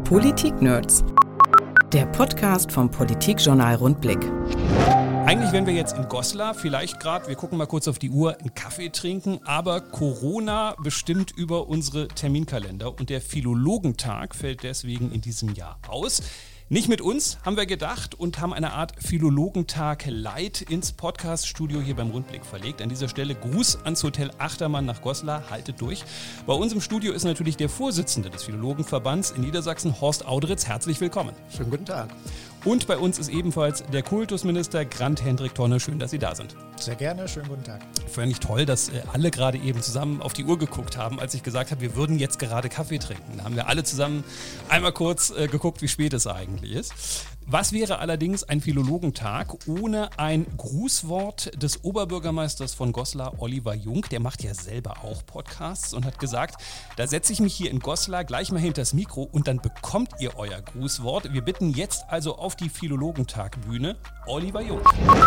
Politik-Nerds. Der Podcast vom Politikjournal Rundblick. Eigentlich wären wir jetzt in Goslar, vielleicht gerade, wir gucken mal kurz auf die Uhr, einen Kaffee trinken, aber Corona bestimmt über unsere Terminkalender und der Philologentag fällt deswegen in diesem Jahr aus. Nicht mit uns, haben wir gedacht, und haben eine Art Philologentag Light ins Podcast-Studio hier beim Rundblick verlegt. An dieser Stelle Gruß ans Hotel Achtermann nach Goslar, haltet durch. Bei uns im Studio ist natürlich der Vorsitzende des Philologenverbands in Niedersachsen, Horst Audritz. Herzlich willkommen. Schönen guten Tag. Und bei uns ist ebenfalls der Kultusminister Grant Hendrik Tonne. Schön, dass Sie da sind. Sehr gerne, schönen guten Tag. Fand ich toll, dass alle gerade eben zusammen auf die Uhr geguckt haben, als ich gesagt habe, wir würden jetzt gerade Kaffee trinken. Da haben wir alle zusammen einmal kurz geguckt, wie spät es eigentlich ist. Was wäre allerdings ein Philologentag ohne ein Grußwort des Oberbürgermeisters von Goslar, Oliver Jung? Der macht ja selber auch Podcasts und hat gesagt, da setze ich mich hier in Goslar gleich mal hinter das Mikro und dann bekommt ihr euer Grußwort. Wir bitten jetzt also auf die Philologentagbühne Oliver Jung.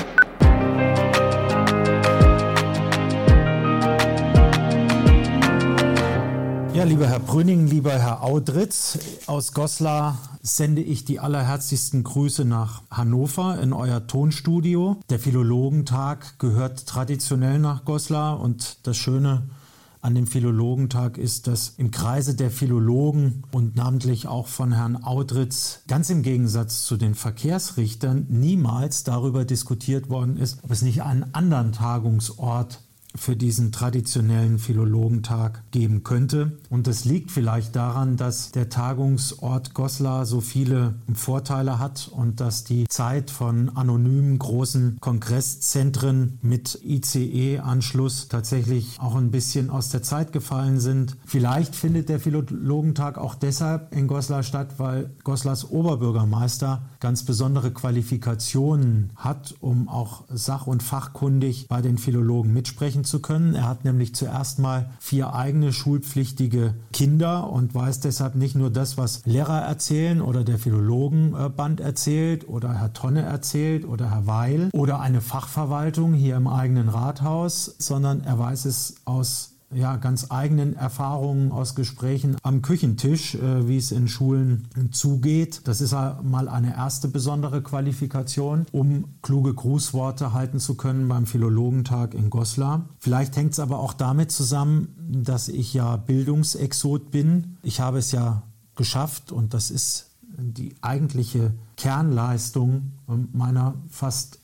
Ja, lieber Herr Brüning, lieber Herr Audritz, aus Goslar sende ich die allerherzlichsten Grüße nach Hannover in euer Tonstudio. Der Philologentag gehört traditionell nach Goslar und das Schöne an dem Philologentag ist, dass im Kreise der Philologen und namentlich auch von Herrn Audritz ganz im Gegensatz zu den Verkehrsrichtern niemals darüber diskutiert worden ist, ob es nicht einen anderen Tagungsort für diesen traditionellen Philologentag geben könnte. Und das liegt vielleicht daran, dass der Tagungsort Goslar so viele Vorteile hat und dass die Zeit von anonymen großen Kongresszentren mit ICE-Anschluss tatsächlich auch ein bisschen aus der Zeit gefallen sind. Vielleicht findet der Philologentag auch deshalb in Goslar statt, weil Goslars Oberbürgermeister ganz besondere Qualifikationen hat, um auch sach- und fachkundig bei den Philologen mitsprechen zu können. Er hat nämlich zuerst mal 4 eigene schulpflichtige Kinder und weiß deshalb nicht nur das, was Lehrer erzählen oder der Philologenband erzählt oder Herr Tonne erzählt oder Herr Weil oder eine Fachverwaltung hier im eigenen Rathaus, sondern er weiß es aus ganz eigenen Erfahrungen aus Gesprächen am Küchentisch, wie es in Schulen zugeht. Das ist mal eine erste besondere Qualifikation, um kluge Grußworte halten zu können beim Philologentag in Goslar. Vielleicht hängt es aber auch damit zusammen, dass ich ja Bildungsexot bin. Ich habe es ja geschafft und das ist die eigentliche Kernleistung meiner fast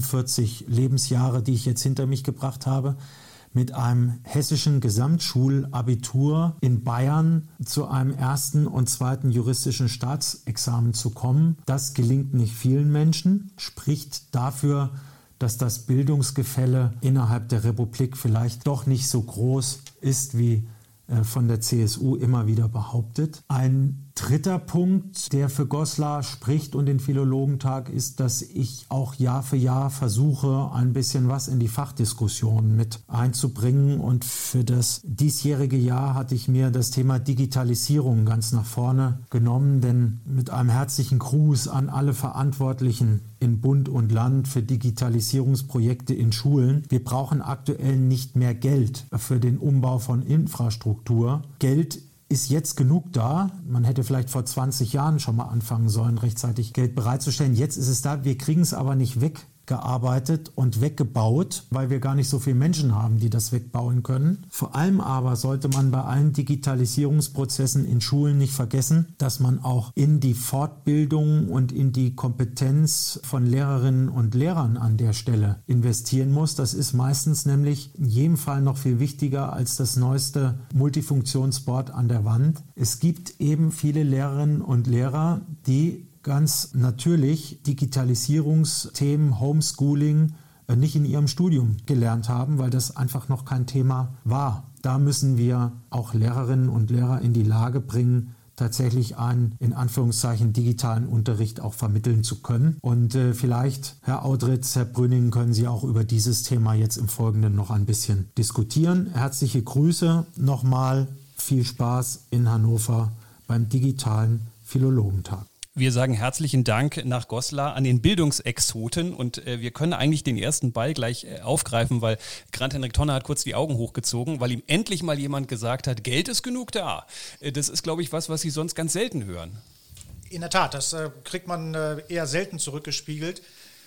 45 Lebensjahre, die ich jetzt hinter mich gebracht habe, mit einem hessischen Gesamtschulabitur in Bayern zu einem ersten und zweiten juristischen Staatsexamen zu kommen. Das gelingt nicht vielen Menschen, spricht dafür, dass das Bildungsgefälle innerhalb der Republik vielleicht doch nicht so groß ist, wie von der CSU immer wieder behauptet. Ein dritter Punkt, der für Goslar spricht und den Philologentag, ist, dass ich auch Jahr für Jahr versuche, ein bisschen was in die Fachdiskussion mit einzubringen. Und für das diesjährige Jahr hatte ich mir das Thema Digitalisierung ganz nach vorne genommen, denn mit einem herzlichen Gruß an alle Verantwortlichen in Bund und Land für Digitalisierungsprojekte in Schulen. Wir brauchen aktuell nicht mehr Geld für den Umbau von Infrastruktur. Geld ist jetzt genug da. Man hätte vielleicht vor 20 Jahren schon mal anfangen sollen, rechtzeitig Geld bereitzustellen. Jetzt ist es da. Wir kriegen es aber nicht weggearbeitet und weggebaut, weil wir gar nicht so viele Menschen haben, die das wegbauen können. Vor allem aber sollte man bei allen Digitalisierungsprozessen in Schulen nicht vergessen, dass man auch in die Fortbildung und in die Kompetenz von Lehrerinnen und Lehrern an der Stelle investieren muss. Das ist meistens nämlich in jedem Fall noch viel wichtiger als das neueste Multifunktionsboard an der Wand. Es gibt eben viele Lehrerinnen und Lehrer, die ganz natürlich Digitalisierungsthemen, Homeschooling nicht in ihrem Studium gelernt haben, weil das einfach noch kein Thema war. Da müssen wir auch Lehrerinnen und Lehrer in die Lage bringen, tatsächlich einen, in Anführungszeichen, digitalen Unterricht auch vermitteln zu können. Und vielleicht, Herr Audritz, Herr Brüning, können Sie auch über dieses Thema jetzt im Folgenden noch ein bisschen diskutieren. Herzliche Grüße nochmal, viel Spaß in Hannover beim digitalen Philologentag. Wir sagen herzlichen Dank nach Goslar an den Bildungsexoten und wir können eigentlich den ersten Ball gleich aufgreifen, weil Grant Hendrik Tonne hat kurz die Augen hochgezogen, weil ihm endlich mal jemand gesagt hat, Geld ist genug da. Das ist, glaube ich, was Sie sonst ganz selten hören. In der Tat, das kriegt man eher selten zurückgespiegelt.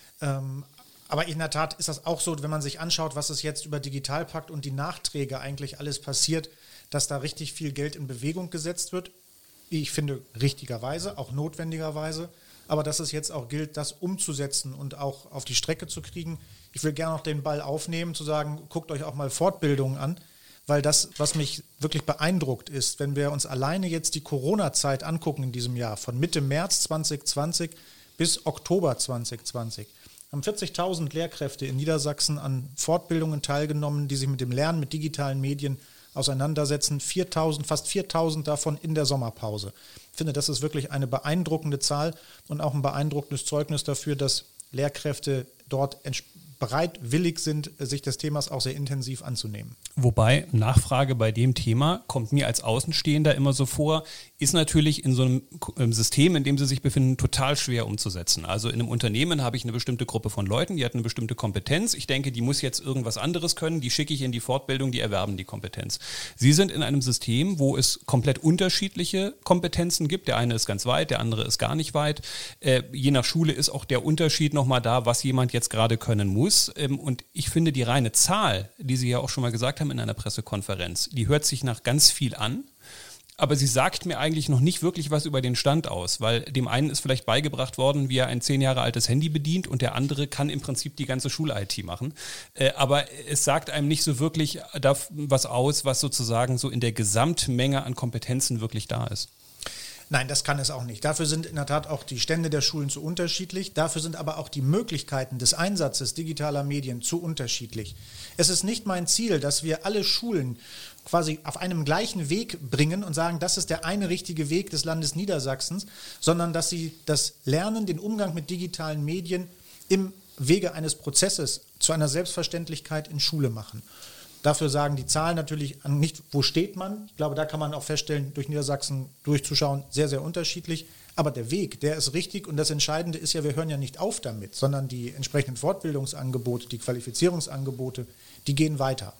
Aber in der Tat ist das auch so, wenn man sich anschaut, was es jetzt über Digitalpakt und die Nachträge eigentlich alles passiert, dass da richtig viel Geld in Bewegung gesetzt wird. Ich finde richtigerweise, auch notwendigerweise. Aber dass es jetzt auch gilt, das umzusetzen und auch auf die Strecke zu kriegen. Ich will gerne noch den Ball aufnehmen, zu sagen, guckt euch auch mal Fortbildungen an. Weil das, was mich wirklich beeindruckt ist, wenn wir uns alleine jetzt die Corona-Zeit angucken in diesem Jahr, von Mitte März 2020 bis Oktober 2020, haben 40.000 Lehrkräfte in Niedersachsen an Fortbildungen teilgenommen, die sich mit dem Lernen mit digitalen Medien auseinandersetzen. Fast 4.000 davon in der Sommerpause. Ich finde, das ist wirklich eine beeindruckende Zahl und auch ein beeindruckendes Zeugnis dafür, dass Lehrkräfte dort bereitwillig sind, sich des Themas auch sehr intensiv anzunehmen. Wobei Nachfrage bei dem Thema kommt mir als Außenstehender immer so vor, ist natürlich in so einem System, in dem sie sich befinden, total schwer umzusetzen. Also in einem Unternehmen habe ich eine bestimmte Gruppe von Leuten, die hat eine bestimmte Kompetenz. Ich denke, die muss jetzt irgendwas anderes können, die schicke ich in die Fortbildung, die erwerben die Kompetenz. Sie sind in einem System, wo es komplett unterschiedliche Kompetenzen gibt. Der eine ist ganz weit, der andere ist gar nicht weit. Je nach Schule ist auch der Unterschied nochmal da, was jemand jetzt gerade können muss. Und ich finde, die reine Zahl, die Sie ja auch schon mal gesagt haben in einer Pressekonferenz, die hört sich nach ganz viel an. Aber sie sagt mir eigentlich noch nicht wirklich was über den Stand aus, weil dem einen ist vielleicht beigebracht worden, wie er ein 10 Jahre altes Handy bedient und der andere kann im Prinzip die ganze Schul-IT machen. Aber es sagt einem nicht so wirklich was aus, was sozusagen so in der Gesamtmenge an Kompetenzen wirklich da ist. Nein, das kann es auch nicht. Dafür sind in der Tat auch die Stände der Schulen zu unterschiedlich. Dafür sind aber auch die Möglichkeiten des Einsatzes digitaler Medien zu unterschiedlich. Es ist nicht mein Ziel, dass wir alle Schulen quasi auf einem gleichen Weg bringen und sagen, das ist der eine richtige Weg des Landes Niedersachsens, sondern dass sie das Lernen, den Umgang mit digitalen Medien im Wege eines Prozesses zu einer Selbstverständlichkeit in Schule machen. Dafür sagen die Zahlen natürlich nicht, wo steht man. Ich glaube, da kann man auch feststellen, durch Niedersachsen durchzuschauen, sehr, sehr unterschiedlich. Aber der Weg, der ist richtig und das Entscheidende ist ja, wir hören ja nicht auf damit, sondern die entsprechenden Fortbildungsangebote, die Qualifizierungsangebote, die gehen weiter.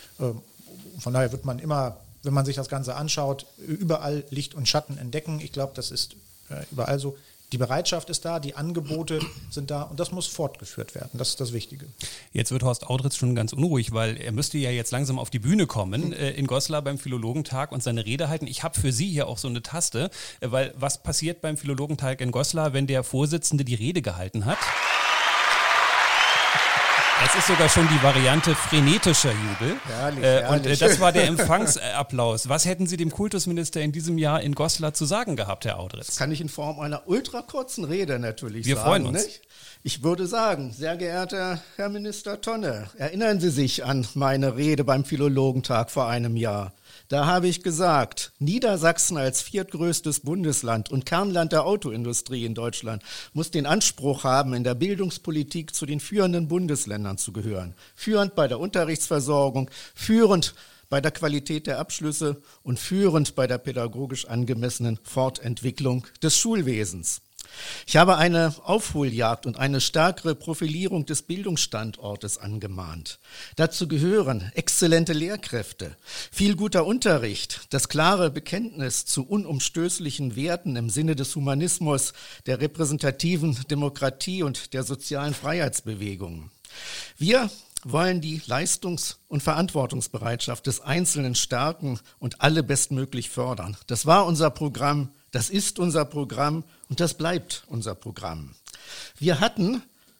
Von daher wird man immer, wenn man sich das Ganze anschaut, überall Licht und Schatten entdecken. Ich glaube, das ist überall so. Die Bereitschaft ist da, die Angebote sind da und das muss fortgeführt werden. Das ist das Wichtige. Jetzt wird Horst Audritz schon ganz unruhig, weil er müsste ja jetzt langsam auf die Bühne kommen in Goslar beim Philologentag und seine Rede halten. Ich habe für Sie hier auch so eine Taste, weil was passiert beim Philologentag in Goslar, wenn der Vorsitzende die Rede gehalten hat? Es ist sogar schon die Variante frenetischer Jubel. Herrlich. Und das war der Empfangsapplaus. Was hätten Sie dem Kultusminister in diesem Jahr in Goslar zu sagen gehabt, Herr Audritz? Das kann ich in Form einer ultrakurzen Rede natürlich sagen. Wir freuen uns. Nicht? Ich würde sagen, sehr geehrter Herr Minister Tonne, erinnern Sie sich an meine Rede beim Philologentag vor einem Jahr. Da habe ich gesagt, Niedersachsen als viertgrößtes Bundesland und Kernland der Autoindustrie in Deutschland muss den Anspruch haben, in der Bildungspolitik zu den führenden Bundesländern zu gehören. Führend bei der Unterrichtsversorgung, führend bei der Qualität der Abschlüsse und führend bei der pädagogisch angemessenen Fortentwicklung des Schulwesens. Ich habe eine Aufholjagd und eine stärkere Profilierung des Bildungsstandortes angemahnt. Dazu gehören exzellente Lehrkräfte, viel guter Unterricht, das klare Bekenntnis zu unumstößlichen Werten im Sinne des Humanismus, der repräsentativen Demokratie und der sozialen Freiheitsbewegungen. Wir wollen die Leistungs- und Verantwortungsbereitschaft des Einzelnen stärken und alle bestmöglich fördern. Das war unser Programm. Das ist unser Programm und das bleibt unser Programm. Wir hatten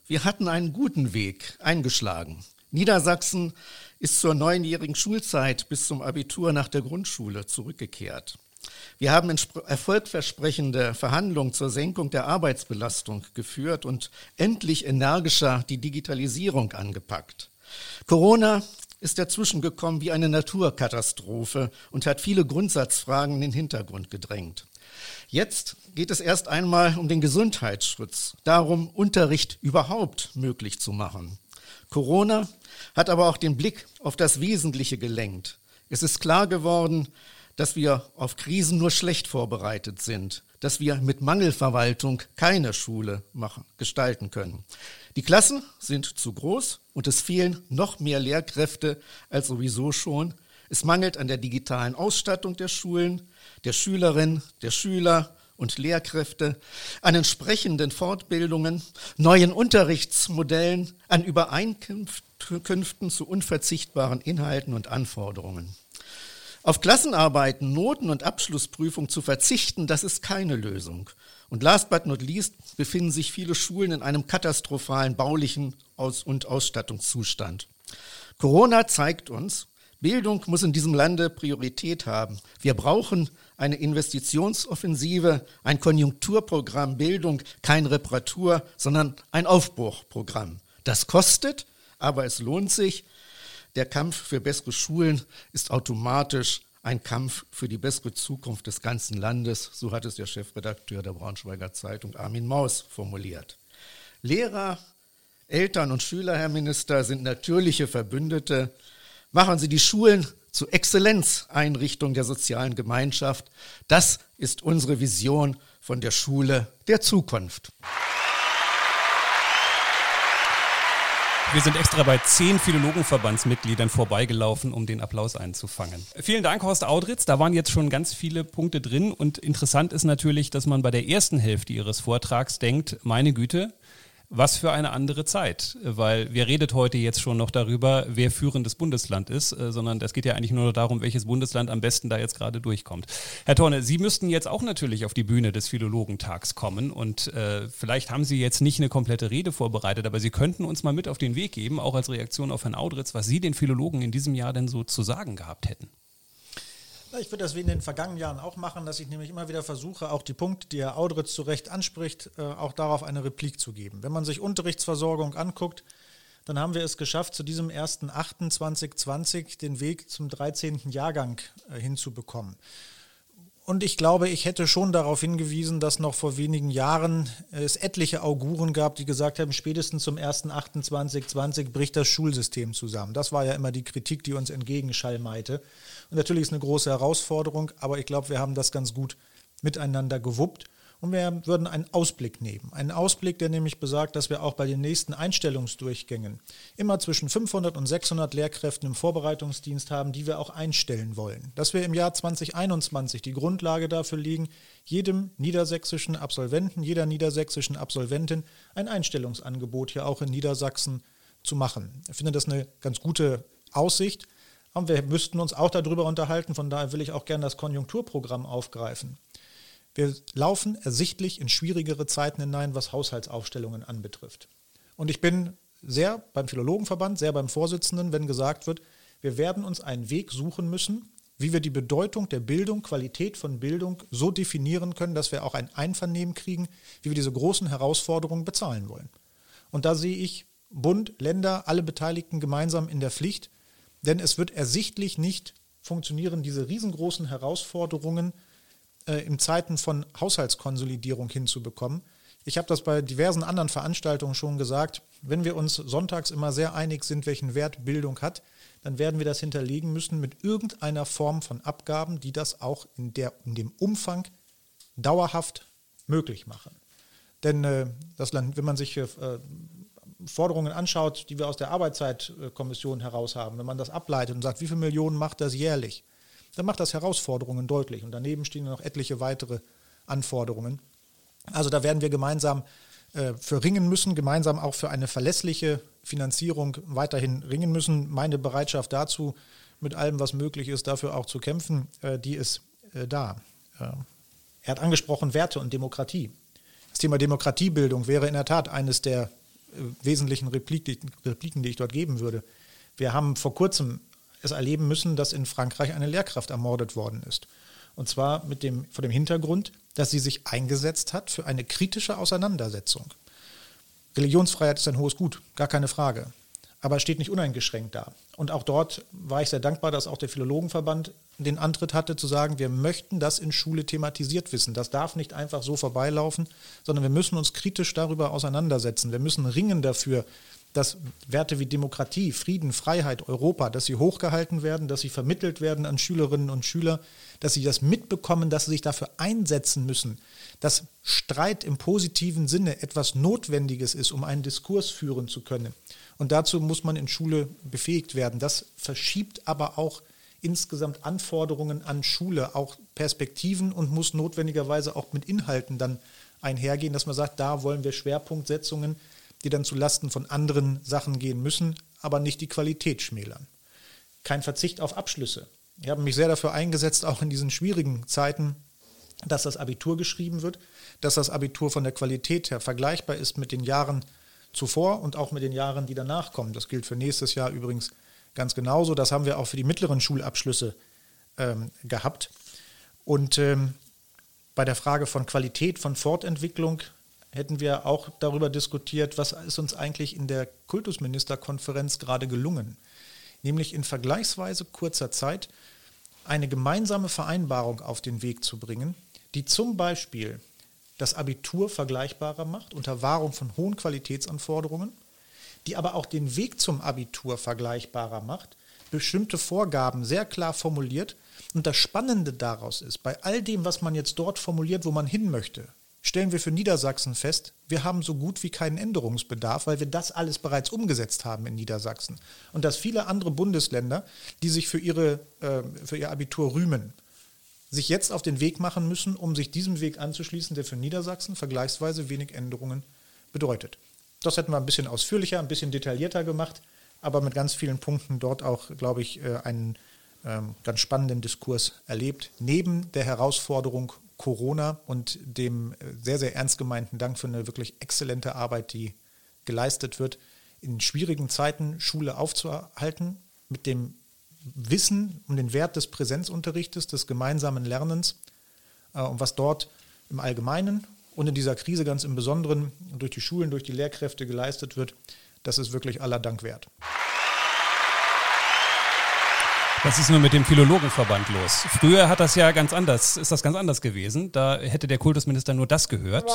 einen guten Weg eingeschlagen. Niedersachsen ist zur 9-jährigen Schulzeit bis zum Abitur nach der Grundschule zurückgekehrt. Wir haben erfolgversprechende Verhandlungen zur Senkung der Arbeitsbelastung geführt und endlich energischer die Digitalisierung angepackt. Corona ist dazwischen gekommen wie eine Naturkatastrophe und hat viele Grundsatzfragen in den Hintergrund gedrängt. Jetzt geht es erst einmal um den Gesundheitsschutz, darum, Unterricht überhaupt möglich zu machen. Corona hat aber auch den Blick auf das Wesentliche gelenkt. Es ist klar geworden, dass wir auf Krisen nur schlecht vorbereitet sind, dass wir mit Mangelverwaltung keine Schule gestalten können. Die Klassen sind zu groß und es fehlen noch mehr Lehrkräfte als sowieso schon. Es mangelt an der digitalen Ausstattung der Schulen, der Schülerinnen, der Schüler und Lehrkräfte, an entsprechenden Fortbildungen, neuen Unterrichtsmodellen, an Übereinkünften zu unverzichtbaren Inhalten und Anforderungen. Auf Klassenarbeiten, Noten und Abschlussprüfung zu verzichten, das ist keine Lösung. Und last but not least befinden sich viele Schulen in einem katastrophalen baulichen und Ausstattungszustand. Corona zeigt uns, Bildung muss in diesem Lande Priorität haben. Wir brauchen eine Investitionsoffensive, ein Konjunkturprogramm Bildung, kein Reparatur, sondern ein Aufbruchprogramm. Das kostet, aber es lohnt sich. Der Kampf für bessere Schulen ist automatisch ein Kampf für die bessere Zukunft des ganzen Landes, so hat es der Chefredakteur der Braunschweiger Zeitung Armin Maus formuliert. Lehrer, Eltern und Schüler, Herr Minister, sind natürliche Verbündete. Machen Sie die Schulen zu Exzellenzeinrichtungen der sozialen Gemeinschaft. Das ist unsere Vision von der Schule der Zukunft. Wir sind extra bei 10 Philologenverbandsmitgliedern vorbeigelaufen, um den Applaus einzufangen. Vielen Dank, Horst Audritz. Da waren jetzt schon ganz viele Punkte drin. Und interessant ist natürlich, dass man bei der ersten Hälfte Ihres Vortrags denkt, meine Güte, was für eine andere Zeit, weil wer redet heute jetzt schon noch darüber, wer führendes Bundesland ist, sondern es geht ja eigentlich nur darum, welches Bundesland am besten da jetzt gerade durchkommt. Herr Thorne, Sie müssten jetzt auch natürlich auf die Bühne des Philologentags kommen und vielleicht haben Sie jetzt nicht eine komplette Rede vorbereitet, aber Sie könnten uns mal mit auf den Weg geben, auch als Reaktion auf Herrn Audritz, was Sie den Philologen in diesem Jahr denn so zu sagen gehabt hätten. Ich würde das wie in den vergangenen Jahren auch machen, dass ich nämlich immer wieder versuche, auch die Punkte, die Herr Audritz zu Recht anspricht, auch darauf eine Replik zu geben. Wenn man sich Unterrichtsversorgung anguckt, dann haben wir es geschafft, zu diesem 1.8.2020 den Weg zum 13. Jahrgang hinzubekommen. Und ich glaube, ich hätte schon darauf hingewiesen, dass noch vor wenigen Jahren es etliche Auguren gab, die gesagt haben, spätestens zum 1.8.2020 bricht das Schulsystem zusammen. Das war ja immer die Kritik, die uns entgegenschallmeite. Und natürlich ist es eine große Herausforderung, aber ich glaube, wir haben das ganz gut miteinander gewuppt. Und wir würden einen Ausblick nehmen. Einen Ausblick, der nämlich besagt, dass wir auch bei den nächsten Einstellungsdurchgängen immer zwischen 500 und 600 Lehrkräften im Vorbereitungsdienst haben, die wir auch einstellen wollen. Dass wir im Jahr 2021 die Grundlage dafür legen, jedem niedersächsischen Absolventen, jeder niedersächsischen Absolventin ein Einstellungsangebot hier auch in Niedersachsen zu machen. Ich finde das eine ganz gute Aussicht. Und wir müssten uns auch darüber unterhalten, von daher will ich auch gerne das Konjunkturprogramm aufgreifen. Wir laufen ersichtlich in schwierigere Zeiten hinein, was Haushaltsaufstellungen anbetrifft. Und ich bin sehr beim Philologenverband, sehr beim Vorsitzenden, wenn gesagt wird, wir werden uns einen Weg suchen müssen, wie wir die Bedeutung der Bildung, Qualität von Bildung so definieren können, dass wir auch ein Einvernehmen kriegen, wie wir diese großen Herausforderungen bezahlen wollen. Und da sehe ich Bund, Länder, alle Beteiligten gemeinsam in der Pflicht, denn es wird ersichtlich nicht funktionieren, diese riesengroßen Herausforderungen in Zeiten von Haushaltskonsolidierung hinzubekommen. Ich habe das bei diversen anderen Veranstaltungen schon gesagt, wenn wir uns sonntags immer sehr einig sind, welchen Wert Bildung hat, dann werden wir das hinterlegen müssen mit irgendeiner Form von Abgaben, die das auch in dem Umfang dauerhaft möglich machen. Denn das Land, wenn man sich Forderungen anschaut, die wir aus der Arbeitszeitkommission heraus haben, wenn man das ableitet und sagt, wie viele Millionen macht das jährlich, dann macht das Herausforderungen deutlich. Und daneben stehen noch etliche weitere Anforderungen. Also da werden wir gemeinsam für ringen müssen, gemeinsam auch für eine verlässliche Finanzierung weiterhin ringen müssen. Meine Bereitschaft dazu, mit allem, was möglich ist, dafür auch zu kämpfen, die ist da. Er hat angesprochen Werte und Demokratie. Das Thema Demokratiebildung wäre in der Tat eines der wesentlichen Repliken, die ich dort geben würde. Wir haben vor kurzem es erleben müssen, dass in Frankreich eine Lehrkraft ermordet worden ist. Und zwar vor dem Hintergrund, dass sie sich eingesetzt hat für eine kritische Auseinandersetzung. Religionsfreiheit ist ein hohes Gut, gar keine Frage. Aber es steht nicht uneingeschränkt da. Und auch dort war ich sehr dankbar, dass auch der Philologenverband den Antritt hatte, zu sagen, wir möchten das in Schule thematisiert wissen. Das darf nicht einfach so vorbeilaufen, sondern wir müssen uns kritisch darüber auseinandersetzen. Wir müssen ringen dafür, dass Werte wie Demokratie, Frieden, Freiheit, Europa, dass sie hochgehalten werden, dass sie vermittelt werden an Schülerinnen und Schüler, dass sie das mitbekommen, dass sie sich dafür einsetzen müssen, dass Streit im positiven Sinne etwas Notwendiges ist, um einen Diskurs führen zu können. Und dazu muss man in Schule befähigt werden. Das verschiebt aber auch insgesamt Anforderungen an Schule, auch Perspektiven und muss notwendigerweise auch mit Inhalten dann einhergehen, dass man sagt, da wollen wir Schwerpunktsetzungen, die dann zulasten von anderen Sachen gehen müssen, aber nicht die Qualität schmälern. Kein Verzicht auf Abschlüsse. Ich habe mich sehr dafür eingesetzt, auch in diesen schwierigen Zeiten, dass das Abitur geschrieben wird, dass das Abitur von der Qualität her vergleichbar ist mit den Jahren zuvor und auch mit den Jahren, die danach kommen. Das gilt für nächstes Jahr übrigens ganz genauso. Das haben wir auch für die mittleren Schulabschlüsse gehabt. Und bei der Frage von Qualität, von Fortentwicklung hätten wir auch darüber diskutiert, was ist uns eigentlich in der Kultusministerkonferenz gerade gelungen. Nämlich in vergleichsweise kurzer Zeit eine gemeinsame Vereinbarung auf den Weg zu bringen, die zum Beispiel das Abitur vergleichbarer macht, unter Wahrung von hohen Qualitätsanforderungen, die aber auch den Weg zum Abitur vergleichbarer macht, bestimmte Vorgaben sehr klar formuliert. Und das Spannende daraus ist, bei all dem, was man jetzt dort formuliert, wo man hin möchte, stellen wir für Niedersachsen fest, wir haben so gut wie keinen Änderungsbedarf, weil wir das alles bereits umgesetzt haben in Niedersachsen. Und dass viele andere Bundesländer, die sich für ihr Abitur rühmen, sich jetzt auf den Weg machen müssen, um sich diesem Weg anzuschließen, der für Niedersachsen vergleichsweise wenig Änderungen bedeutet. Das hätten wir ein bisschen ausführlicher, ein bisschen detaillierter gemacht, aber mit ganz vielen Punkten dort auch, glaube ich, einen ganz spannenden Diskurs erlebt. Neben der Herausforderung Corona und dem sehr, sehr ernst gemeinten Dank für eine wirklich exzellente Arbeit, die geleistet wird, in schwierigen Zeiten Schule aufzuhalten, mit dem Wissen um den Wert des Präsenzunterrichtes, des gemeinsamen Lernens und was dort im Allgemeinen und in dieser Krise ganz im Besonderen durch die Schulen, durch die Lehrkräfte geleistet wird, das ist wirklich aller Dank wert. Was ist nur mit dem Philologenverband los? Früher ist das ganz anders gewesen. Da hätte der Kultusminister nur das gehört.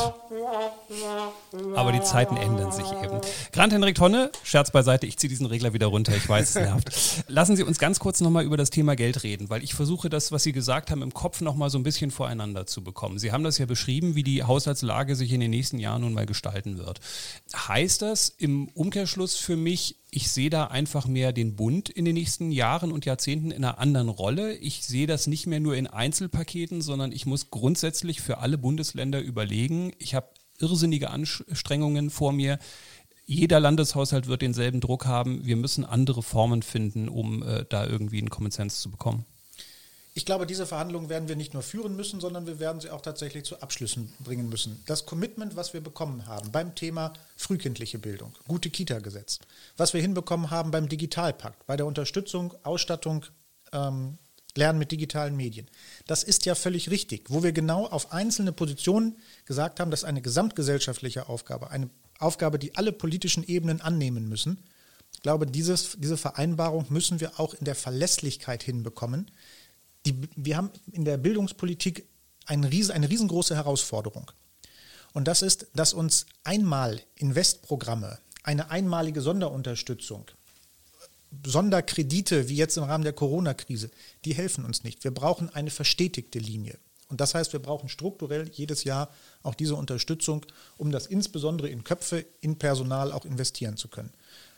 Aber die Zeiten ändern sich eben. Grant-Henrik Tonne, Scherz beiseite, ich ziehe diesen Regler wieder runter, ich weiß, es nervt. Lassen Sie uns ganz kurz nochmal über das Thema Geld reden, weil ich versuche das, was Sie gesagt haben, im Kopf nochmal so ein bisschen voreinander zu bekommen. Sie haben das ja beschrieben, wie die Haushaltslage sich in den nächsten Jahren nun mal gestalten wird. Heißt das im Umkehrschluss für mich, ich sehe da einfach mehr den Bund in den nächsten Jahren und Jahrzehnten in einer anderen Rolle. Ich sehe das nicht mehr nur in Einzelpaketen, sondern ich muss grundsätzlich für alle Bundesländer überlegen. Ich habe irrsinnige Anstrengungen vor mir. Jeder Landeshaushalt wird denselben Druck haben. Wir müssen andere Formen finden, um da irgendwie einen Common Sense zu bekommen. Ich glaube, diese Verhandlungen werden wir nicht nur führen müssen, sondern wir werden sie auch tatsächlich zu Abschlüssen bringen müssen. Das Commitment, was wir bekommen haben beim Thema frühkindliche Bildung, gute Kita-Gesetz, was wir hinbekommen haben beim Digitalpakt, bei der Unterstützung, Ausstattung, Lernen mit digitalen Medien, das ist ja völlig richtig, wo wir genau auf einzelne Positionen gesagt haben, das ist eine gesamtgesellschaftliche Aufgabe, eine Aufgabe, die alle politischen Ebenen annehmen müssen. Ich glaube, diese Vereinbarung müssen wir auch in der Verlässlichkeit hinbekommen. Wir haben in der Bildungspolitik eine riesengroße Herausforderung. Und das ist, dass uns einmal Investprogramme, eine einmalige Sonderunterstützung, Sonderkredite wie jetzt im Rahmen der Corona-Krise, die helfen uns nicht. Wir brauchen eine verstetigte Linie. Und das heißt, wir brauchen strukturell jedes Jahr auch diese Unterstützung, um das insbesondere in Köpfe, in Personal auch investieren zu können.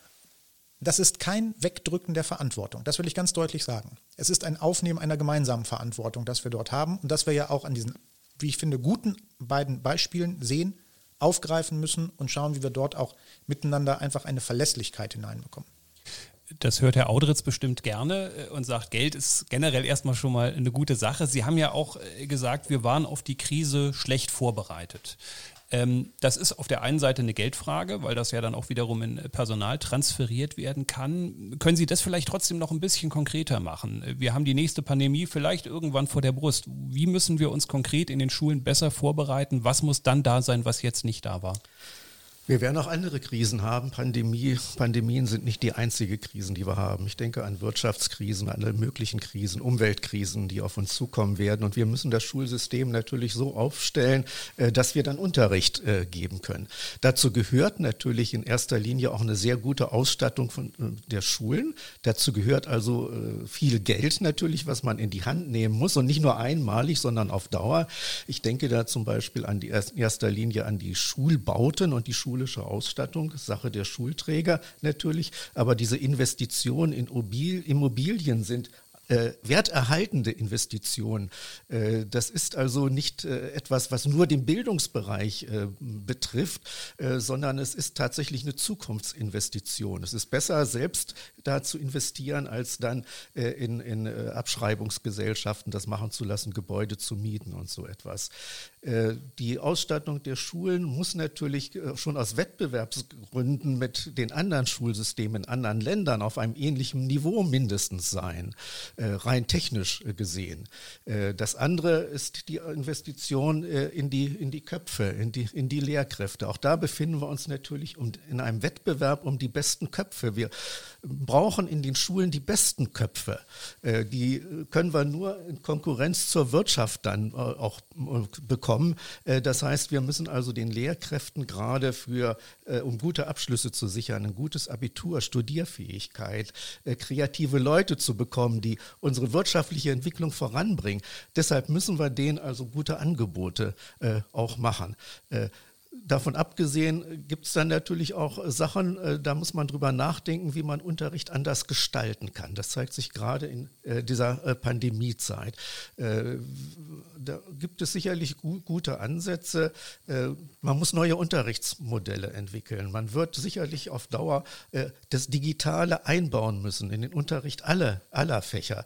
Das ist kein Wegdrücken der Verantwortung, das will ich ganz deutlich sagen. Es ist ein Aufnehmen einer gemeinsamen Verantwortung, das wir dort haben und das wir ja auch an diesen, wie ich finde, guten beiden Beispielen sehen, aufgreifen müssen und schauen, wie wir dort auch miteinander einfach eine Verlässlichkeit hineinbekommen. Das hört Herr Audritz bestimmt gerne und sagt, Geld ist generell erstmal schon mal eine gute Sache. Sie haben ja auch gesagt, wir waren auf die Krise schlecht vorbereitet. Das ist auf der einen Seite eine Geldfrage, weil das ja dann auch wiederum in Personal transferiert werden kann. Können Sie das vielleicht trotzdem noch ein bisschen konkreter machen? Wir haben die nächste Pandemie vielleicht irgendwann vor der Brust. Wie müssen wir uns konkret in den Schulen besser vorbereiten? Was muss dann da sein, was jetzt nicht da war? Wir werden auch andere Krisen haben. Pandemien sind nicht die einzige Krisen, die wir haben. Ich denke an Wirtschaftskrisen, an alle möglichen Krisen, Umweltkrisen, die auf uns zukommen werden. Und wir müssen das Schulsystem natürlich so aufstellen, dass wir dann Unterricht geben können. Dazu gehört natürlich in erster Linie auch eine sehr gute Ausstattung der Schulen. Dazu gehört also viel Geld natürlich, was man in die Hand nehmen muss. Und nicht nur einmalig, sondern auf Dauer. Ich denke da zum Beispiel in erster Linie an die Schulbauten und die schulische Ausstattung, Sache der Schulträger natürlich, aber diese Investitionen in Immobilien sind werterhaltende Investition. Das ist also nicht etwas, was nur den Bildungsbereich betrifft, sondern es ist tatsächlich eine Zukunftsinvestition. Es ist besser, selbst da zu investieren, als dann in Abschreibungsgesellschaften das machen zu lassen, Gebäude zu mieten und so etwas. Die Ausstattung der Schulen muss natürlich schon aus Wettbewerbsgründen mit den anderen Schulsystemen in anderen Ländern auf einem ähnlichen Niveau mindestens sein, rein technisch gesehen. Das andere ist die Investition in die Köpfe, in die Lehrkräfte. Auch da befinden wir uns natürlich in einem Wettbewerb um die besten Köpfe. Wir brauchen in den Schulen die besten Köpfe. Die können wir nur in Konkurrenz zur Wirtschaft dann auch bekommen. Das heißt, wir müssen also den Lehrkräften gerade um gute Abschlüsse zu sichern, ein gutes Abitur, Studierfähigkeit, kreative Leute zu bekommen, die unsere wirtschaftliche Entwicklung voranbringen. Deshalb müssen wir denen also gute Angebote auch machen. Davon abgesehen gibt es dann natürlich auch Sachen, da muss man drüber nachdenken, wie man Unterricht anders gestalten kann. Das zeigt sich gerade in dieser Pandemiezeit. Da gibt es sicherlich gute Ansätze. Man muss neue Unterrichtsmodelle entwickeln. Man wird sicherlich auf Dauer das Digitale einbauen müssen in den Unterricht aller Fächer.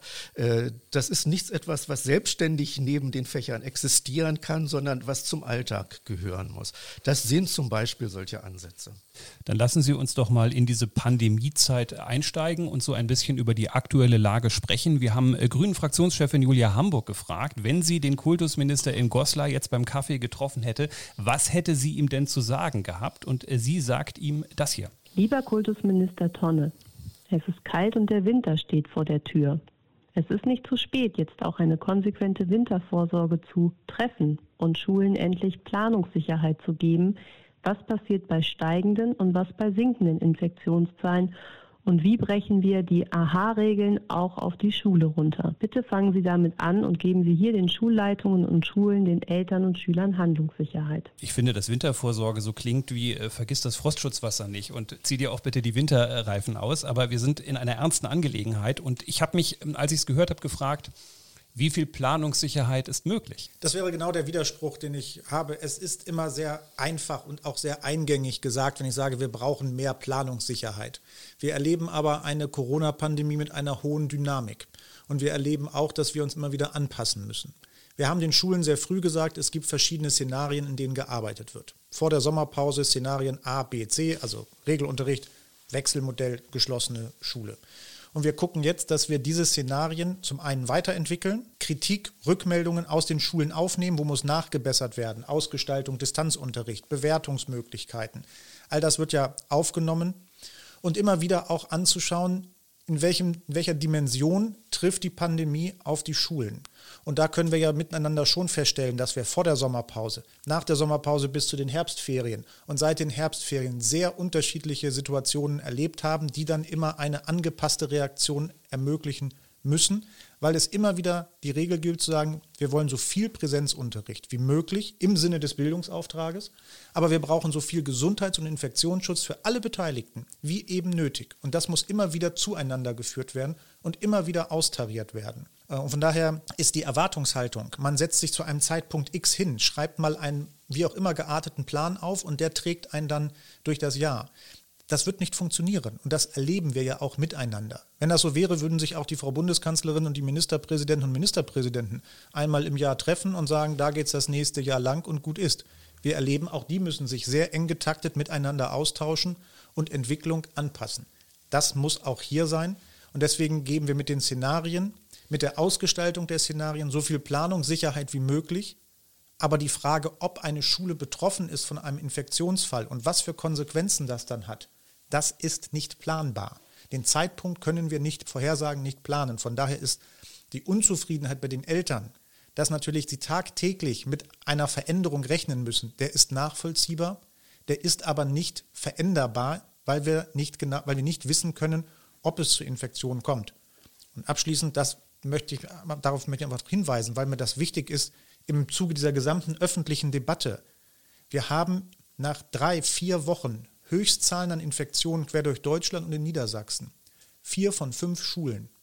Das ist nichts etwas, was selbstständig neben den Fächern existieren kann, sondern was zum Alltag gehören muss. Das sind zum Beispiel solche Ansätze. Dann lassen Sie uns doch mal in diese Pandemiezeit einsteigen und so ein bisschen über die aktuelle Lage sprechen. Wir haben Grünen-Fraktionschefin Julia Hamburg gefragt, wenn sie den Kultusminister in Goslar jetzt beim Kaffee getroffen hätte, was hätte sie ihm denn zu sagen gehabt? Und sie sagt ihm das hier. Lieber Kultusminister Tonne, es ist kalt und der Winter steht vor der Tür. Es ist nicht zu spät, jetzt auch eine konsequente Wintervorsorge zu treffen und Schulen endlich Planungssicherheit zu geben. Was passiert bei steigenden und was bei sinkenden Infektionszahlen? Und wie brechen wir die AHA-Regeln auch auf die Schule runter? Bitte fangen Sie damit an und geben Sie hier den Schulleitungen und Schulen, den Eltern und Schülern Handlungssicherheit. Ich finde, dass Wintervorsorge so klingt wie vergiss das Frostschutzwasser nicht und zieh dir auch bitte die Winterreifen aus. Aber wir sind in einer ernsten Angelegenheit und ich habe mich, als ich es gehört habe, gefragt, wie viel Planungssicherheit ist möglich? Das wäre genau der Widerspruch, den ich habe. Es ist immer sehr einfach und auch sehr eingängig gesagt, wenn ich sage, wir brauchen mehr Planungssicherheit. Wir erleben aber eine Corona-Pandemie mit einer hohen Dynamik. Und wir erleben auch, dass wir uns immer wieder anpassen müssen. Wir haben den Schulen sehr früh gesagt, es gibt verschiedene Szenarien, in denen gearbeitet wird. Vor der Sommerpause Szenarien A, B, C, also Regelunterricht, Wechselmodell, geschlossene Schule. Und wir gucken jetzt, dass wir diese Szenarien zum einen weiterentwickeln, Kritik, Rückmeldungen aus den Schulen aufnehmen, wo muss nachgebessert werden, Ausgestaltung, Distanzunterricht, Bewertungsmöglichkeiten. All das wird ja aufgenommen und immer wieder auch anzuschauen, in welcher Dimension trifft die Pandemie auf die Schulen. Und da können wir ja miteinander schon feststellen, dass wir vor der Sommerpause, nach der Sommerpause bis zu den Herbstferien und seit den Herbstferien sehr unterschiedliche Situationen erlebt haben, die dann immer eine angepasste Reaktion ermöglichen müssen, weil es immer wieder die Regel gilt zu sagen, wir wollen so viel Präsenzunterricht wie möglich im Sinne des Bildungsauftrages, aber wir brauchen so viel Gesundheits- und Infektionsschutz für alle Beteiligten wie eben nötig. Und das muss immer wieder zueinander geführt werden und immer wieder austariert werden. Und von daher ist die Erwartungshaltung, man setzt sich zu einem Zeitpunkt X hin, schreibt mal einen wie auch immer gearteten Plan auf und der trägt einen dann durch das Jahr. Das wird nicht funktionieren und das erleben wir ja auch miteinander. Wenn das so wäre, würden sich auch die Frau Bundeskanzlerin und die Ministerpräsidenten und Ministerpräsidenten einmal im Jahr treffen und sagen, da geht es das nächste Jahr lang und gut ist. Wir erleben, auch die müssen sich sehr eng getaktet miteinander austauschen und Entwicklung anpassen. Das muss auch hier sein und deswegen geben wir mit den Szenarien, mit der Ausgestaltung der Szenarien so viel Planungssicherheit wie möglich. Aber die Frage, ob eine Schule betroffen ist von einem Infektionsfall und was für Konsequenzen das dann hat, das ist nicht planbar. Den Zeitpunkt können wir nicht vorhersagen, nicht planen. Von daher ist die Unzufriedenheit bei den Eltern, dass natürlich sie tagtäglich mit einer Veränderung rechnen müssen, der ist nachvollziehbar, der ist aber nicht veränderbar, weil wir nicht nicht wissen können, ob es zu Infektionen kommt. Und abschließend, darauf möchte ich einfach hinweisen, weil mir das wichtig ist, im Zuge dieser gesamten öffentlichen Debatte. Wir haben nach 3-4 Wochen Höchstzahlen an Infektionen quer durch Deutschland und in Niedersachsen. 4 von 5 Schulen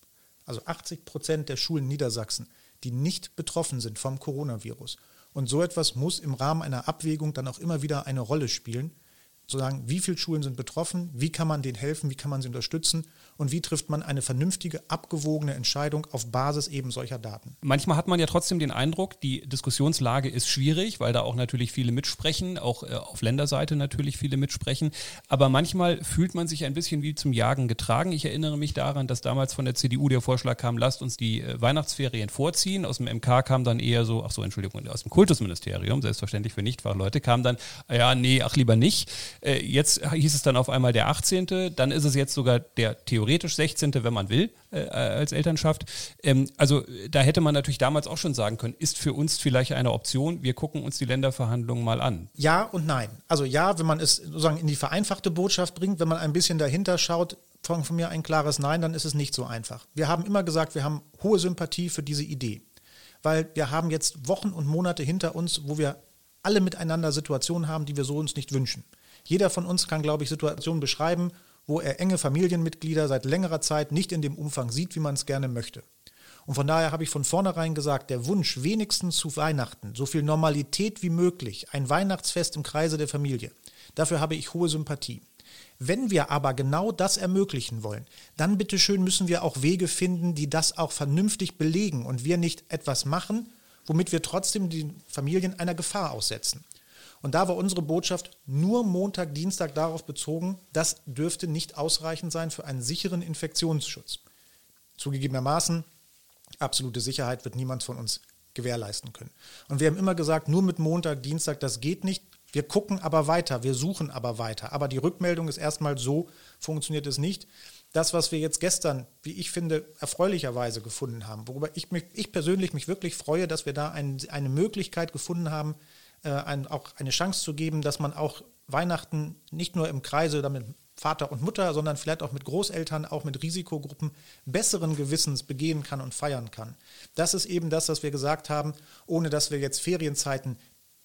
also 80% der Schulen in Niedersachsen, die nicht betroffen sind vom Coronavirus. Und so etwas muss im Rahmen einer Abwägung dann auch immer wieder eine Rolle spielen, zu sagen, wie viele Schulen sind betroffen, wie kann man denen helfen, wie kann man sie unterstützen und wie trifft man eine vernünftige, abgewogene Entscheidung auf Basis eben solcher Daten. Manchmal hat man ja trotzdem den Eindruck, die Diskussionslage ist schwierig, weil da auch natürlich viele mitsprechen, auch auf Länderseite natürlich viele mitsprechen. Aber manchmal fühlt man sich ein bisschen wie zum Jagen getragen. Ich erinnere mich daran, dass damals von der CDU der Vorschlag kam, lasst uns die Weihnachtsferien vorziehen. Aus dem MK kam dann eher so, aus dem Kultusministerium, selbstverständlich für Nichtfachleute, kam dann, lieber nicht. Jetzt hieß es dann auf einmal der 18., dann ist es jetzt sogar der theoretisch 16., wenn man will, als Elternschaft. Also da hätte man natürlich damals auch schon sagen können, ist für uns vielleicht eine Option, wir gucken uns die Länderverhandlungen mal an. Ja und nein. Also ja, wenn man es sozusagen in die vereinfachte Botschaft bringt, wenn man ein bisschen dahinter schaut, von mir ein klares Nein, dann ist es nicht so einfach. Wir haben immer gesagt, wir haben hohe Sympathie für diese Idee, weil wir haben jetzt Wochen und Monate hinter uns, wo wir alle miteinander Situationen haben, die wir so uns nicht wünschen. Jeder von uns kann, glaube ich, Situationen beschreiben, wo er enge Familienmitglieder seit längerer Zeit nicht in dem Umfang sieht, wie man es gerne möchte. Und von daher habe ich von vornherein gesagt, der Wunsch, wenigstens zu Weihnachten, so viel Normalität wie möglich, ein Weihnachtsfest im Kreise der Familie, dafür habe ich hohe Sympathie. Wenn wir aber genau das ermöglichen wollen, dann bitteschön müssen wir auch Wege finden, die das auch vernünftig belegen und wir nicht etwas machen, womit wir trotzdem die Familien einer Gefahr aussetzen. Und da war unsere Botschaft nur Montag, Dienstag darauf bezogen, das dürfte nicht ausreichend sein für einen sicheren Infektionsschutz. Zugegebenermaßen, absolute Sicherheit wird niemand von uns gewährleisten können. Und wir haben immer gesagt, nur mit Montag, Dienstag, das geht nicht. Wir gucken aber weiter, wir suchen aber weiter. Aber die Rückmeldung ist erstmal so, funktioniert es nicht. Das, was wir jetzt gestern, wie ich finde, erfreulicherweise gefunden haben, worüber ich persönlich mich wirklich freue, dass wir da eine Möglichkeit gefunden haben, auch eine Chance zu geben, dass man auch Weihnachten nicht nur im Kreise oder mit Vater und Mutter, sondern vielleicht auch mit Großeltern, auch mit Risikogruppen besseren Gewissens begehen kann und feiern kann. Das ist eben das, was wir gesagt haben, ohne dass wir jetzt Ferienzeiten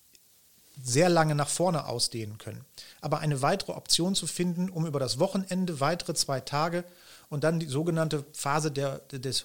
sehr lange nach vorne ausdehnen können. Aber eine weitere Option zu finden, um über das Wochenende weitere 2 Tage und dann die sogenannte Phase der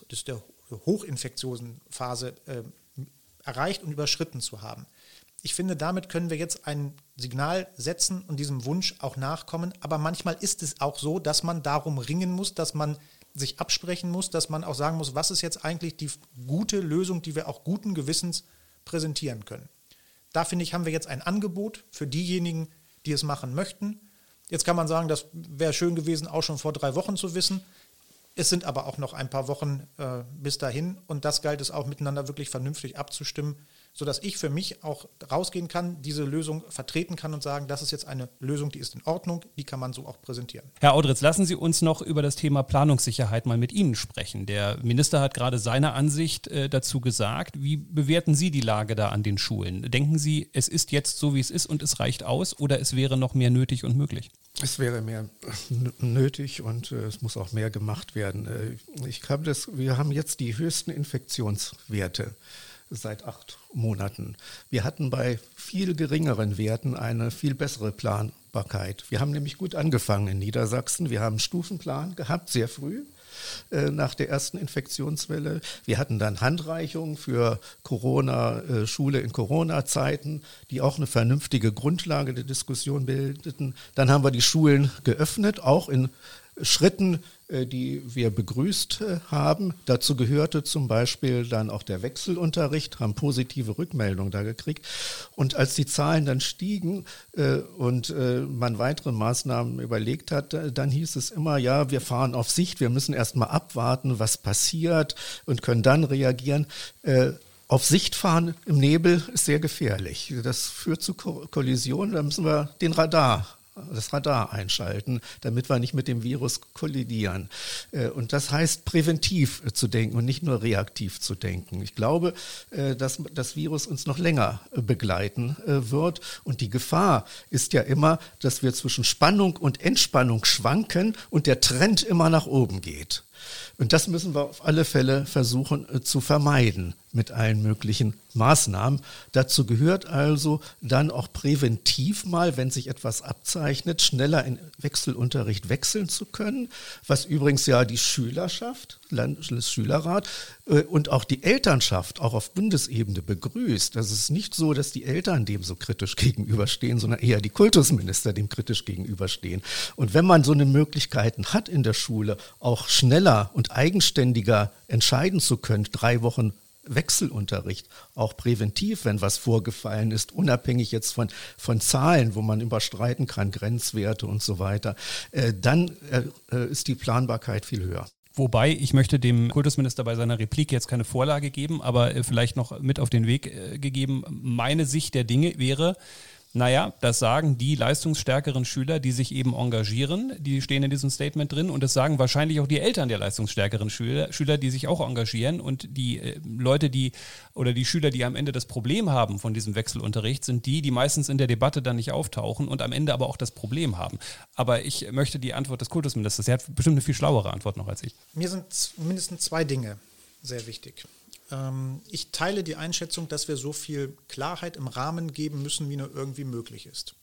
hochinfektiösen Phase erreicht und überschritten zu haben. Ich finde, damit können wir jetzt ein Signal setzen und diesem Wunsch auch nachkommen. Aber manchmal ist es auch so, dass man darum ringen muss, dass man sich absprechen muss, dass man auch sagen muss, was ist jetzt eigentlich die gute Lösung, die wir auch guten Gewissens präsentieren können. Da finde ich, haben wir jetzt ein Angebot für diejenigen, die es machen möchten. Jetzt kann man sagen, das wäre schön gewesen, auch schon vor 3 Wochen zu wissen. Es sind aber auch noch ein paar Wochen bis dahin und das galt es auch miteinander wirklich vernünftig abzustimmen, sodass ich für mich auch rausgehen kann, diese Lösung vertreten kann und sagen, das ist jetzt eine Lösung, die ist in Ordnung, die kann man so auch präsentieren. Herr Audritz, lassen Sie uns noch über das Thema Planungssicherheit mal mit Ihnen sprechen. Der Minister hat gerade seine Ansicht dazu gesagt. Wie bewerten Sie die Lage da an den Schulen? Denken Sie, es ist jetzt so, wie es ist und es reicht aus oder es wäre noch mehr nötig und möglich? Es wäre mehr nötig und es muss auch mehr gemacht werden. Wir haben jetzt die höchsten Infektionswerte seit 8 Monaten. Wir hatten bei viel geringeren Werten eine viel bessere Planbarkeit. Wir haben nämlich gut angefangen in Niedersachsen. Wir haben einen Stufenplan gehabt, sehr früh nach der ersten Infektionswelle. Wir hatten dann Handreichungen für Schule in Corona-Zeiten, die auch eine vernünftige Grundlage der Diskussion bildeten. Dann haben wir die Schulen geöffnet, auch in Schritten, die wir begrüßt haben. Dazu gehörte zum Beispiel dann auch der Wechselunterricht, haben positive Rückmeldungen da gekriegt. Und als die Zahlen dann stiegen und man weitere Maßnahmen überlegt hat, dann hieß es immer, ja, wir fahren auf Sicht, wir müssen erst mal abwarten, was passiert und können dann reagieren. Auf Sicht fahren im Nebel ist sehr gefährlich. Das führt zu Kollisionen, da müssen wir das Radar einschalten, damit wir nicht mit dem Virus kollidieren. Und das heißt, präventiv zu denken und nicht nur reaktiv zu denken. Ich glaube, dass das Virus uns noch länger begleiten wird. Und die Gefahr ist ja immer, dass wir zwischen Spannung und Entspannung schwanken und der Trend immer nach oben geht. Und das müssen wir auf alle Fälle versuchen zu vermeiden mit allen möglichen Maßnahmen. Dazu gehört also dann auch präventiv mal, wenn sich etwas abzeichnet, schneller in Wechselunterricht wechseln zu können, was übrigens ja die Schülerschaft, Landesschülerrat und auch die Elternschaft auch auf Bundesebene begrüßt. Das ist nicht so, dass die Eltern dem so kritisch gegenüberstehen, sondern eher die Kultusminister dem kritisch gegenüberstehen. Und wenn man so eine Möglichkeiten hat in der Schule, auch schneller und eigenständiger entscheiden zu können, 3 Wochen Wechselunterricht, auch präventiv, wenn was vorgefallen ist, unabhängig jetzt von Zahlen, wo man überstreiten kann, Grenzwerte und so weiter, dann ist die Planbarkeit viel höher. Wobei, ich möchte dem Kultusminister bei seiner Replik jetzt keine Vorlage geben, aber vielleicht noch mit auf den Weg gegeben. Meine Sicht der Dinge wäre, naja, das sagen die leistungsstärkeren Schüler, die sich eben engagieren, die stehen in diesem Statement drin, und das sagen wahrscheinlich auch die Eltern der leistungsstärkeren Schüler, die sich auch engagieren, und die Leute, die Schüler, die am Ende das Problem haben von diesem Wechselunterricht, sind die meistens in der Debatte dann nicht auftauchen und am Ende aber auch das Problem haben. Aber ich möchte die Antwort des Kultusministers, er hat bestimmt eine viel schlauere Antwort noch als ich. Mir sind mindestens 2 Dinge sehr wichtig. Ich teile die Einschätzung, dass wir so viel Klarheit im Rahmen geben müssen, wie nur irgendwie möglich ist.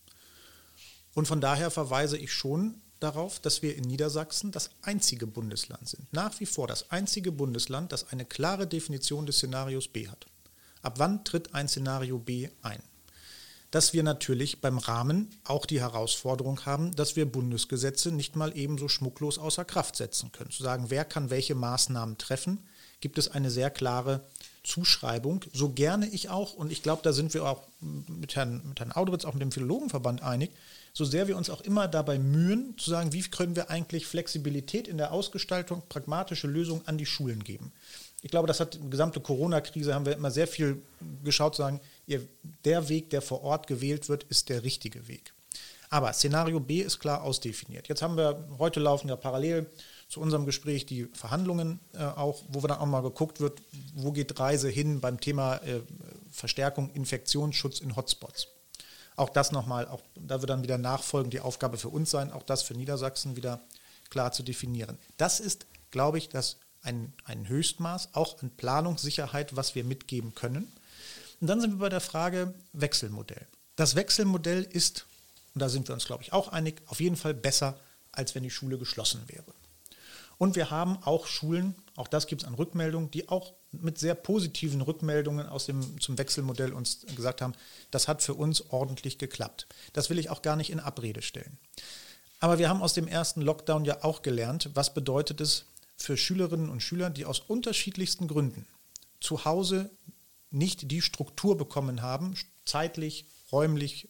Und von daher verweise ich schon darauf, dass wir in Niedersachsen das einzige Bundesland sind, nach wie vor das einzige Bundesland, das eine klare Definition des Szenarios B hat. Ab wann tritt ein Szenario B ein? Dass wir natürlich beim Rahmen auch die Herausforderung haben, dass wir Bundesgesetze nicht mal ebenso schmucklos außer Kraft setzen können. Zu sagen, wer kann welche Maßnahmen treffen, gibt es eine sehr klare Zuschreibung. So gerne ich auch, und ich glaube, da sind wir auch mit Herrn Audritz, auch mit dem Philologenverband einig, so sehr wir uns auch immer dabei mühen, zu sagen, wie können wir eigentlich Flexibilität in der Ausgestaltung, pragmatische Lösungen an die Schulen geben. Ich glaube, das hat die gesamte Corona-Krise, haben wir immer sehr viel geschaut, zu sagen, der Weg, der vor Ort gewählt wird, ist der richtige Weg. Aber Szenario B ist klar ausdefiniert. Jetzt haben wir, heute laufen ja parallel zu unserem Gespräch die Verhandlungen auch, wo dann auch mal geguckt wird, wo geht Reise hin beim Thema Verstärkung, Infektionsschutz in Hotspots. Auch das nochmal, auch da wird dann wieder nachfolgend die Aufgabe für uns sein, auch das für Niedersachsen wieder klar zu definieren. Das ist, glaube ich, ein Höchstmaß, auch an Planungssicherheit, was wir mitgeben können. Und dann sind wir bei der Frage Wechselmodell. Das Wechselmodell ist, und da sind wir uns, glaube ich, auch einig, auf jeden Fall besser, als wenn die Schule geschlossen wäre. Und wir haben auch Schulen, auch das gibt es an Rückmeldungen, die auch mit sehr positiven Rückmeldungen zum Wechselmodell uns gesagt haben, das hat für uns ordentlich geklappt. Das will ich auch gar nicht in Abrede stellen. Aber wir haben aus dem ersten Lockdown ja auch gelernt, was bedeutet es für Schülerinnen und Schüler, die aus unterschiedlichsten Gründen zu Hause nicht die Struktur bekommen haben, zeitlich, räumlich,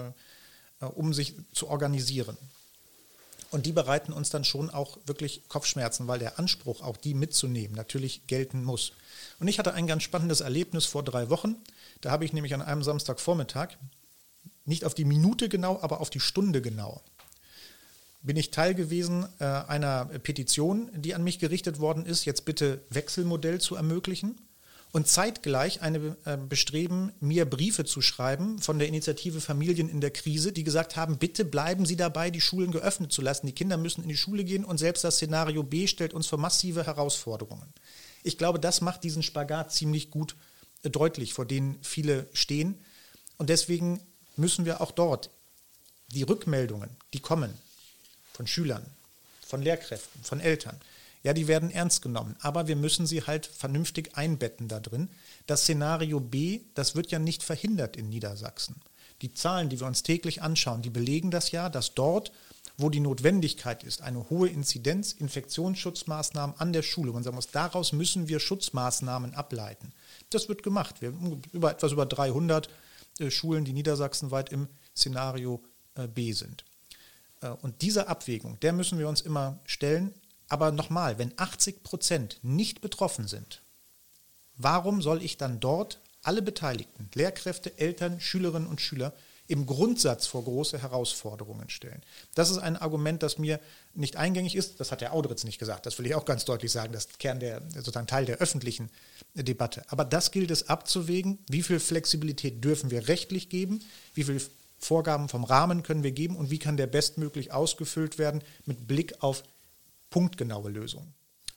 um sich zu organisieren. Und die bereiten uns dann schon auch wirklich Kopfschmerzen, weil der Anspruch, auch die mitzunehmen, natürlich gelten muss. Und ich hatte ein ganz spannendes Erlebnis vor 3 Wochen. Da habe ich nämlich an einem Samstagvormittag, nicht auf die Minute genau, aber auf die Stunde genau, bin ich Teil gewesen einer Petition, die an mich gerichtet worden ist, jetzt bitte Wechselmodell zu ermöglichen. Und zeitgleich eine Bestreben, mir Briefe zu schreiben von der Initiative Familien in der Krise, die gesagt haben, bitte bleiben Sie dabei, die Schulen geöffnet zu lassen. Die Kinder müssen in die Schule gehen und selbst das Szenario B stellt uns vor massive Herausforderungen. Ich glaube, das macht diesen Spagat ziemlich gut deutlich, vor denen viele stehen. Und deswegen müssen wir auch dort die Rückmeldungen, die kommen von Schülern, von Lehrkräften, von Eltern, ja, die werden ernst genommen, aber wir müssen sie halt vernünftig einbetten da drin. Das Szenario B, das wird ja nicht verhindert in Niedersachsen. Die Zahlen, die wir uns täglich anschauen, die belegen das ja, dass dort, wo die Notwendigkeit ist, eine hohe Inzidenz, Infektionsschutzmaßnahmen an der Schule, man sagen muss, daraus müssen wir Schutzmaßnahmen ableiten. Das wird gemacht. Wir haben etwas über 300 Schulen, die niedersachsenweit im Szenario B sind. Und diese Abwägung, der müssen wir uns immer stellen. Aber nochmal, wenn 80% nicht betroffen sind, warum soll ich dann dort alle Beteiligten, Lehrkräfte, Eltern, Schülerinnen und Schüler, im Grundsatz vor große Herausforderungen stellen? Das ist ein Argument, das mir nicht eingängig ist. Das hat der Audritz nicht gesagt. Das will ich auch ganz deutlich sagen. Das ist sozusagen Teil der öffentlichen Debatte. Aber das gilt es abzuwägen. Wie viel Flexibilität dürfen wir rechtlich geben? Wie viel Vorgaben vom Rahmen können wir geben? Und wie kann der bestmöglich ausgefüllt werden mit Blick auf punktgenaue Lösungen?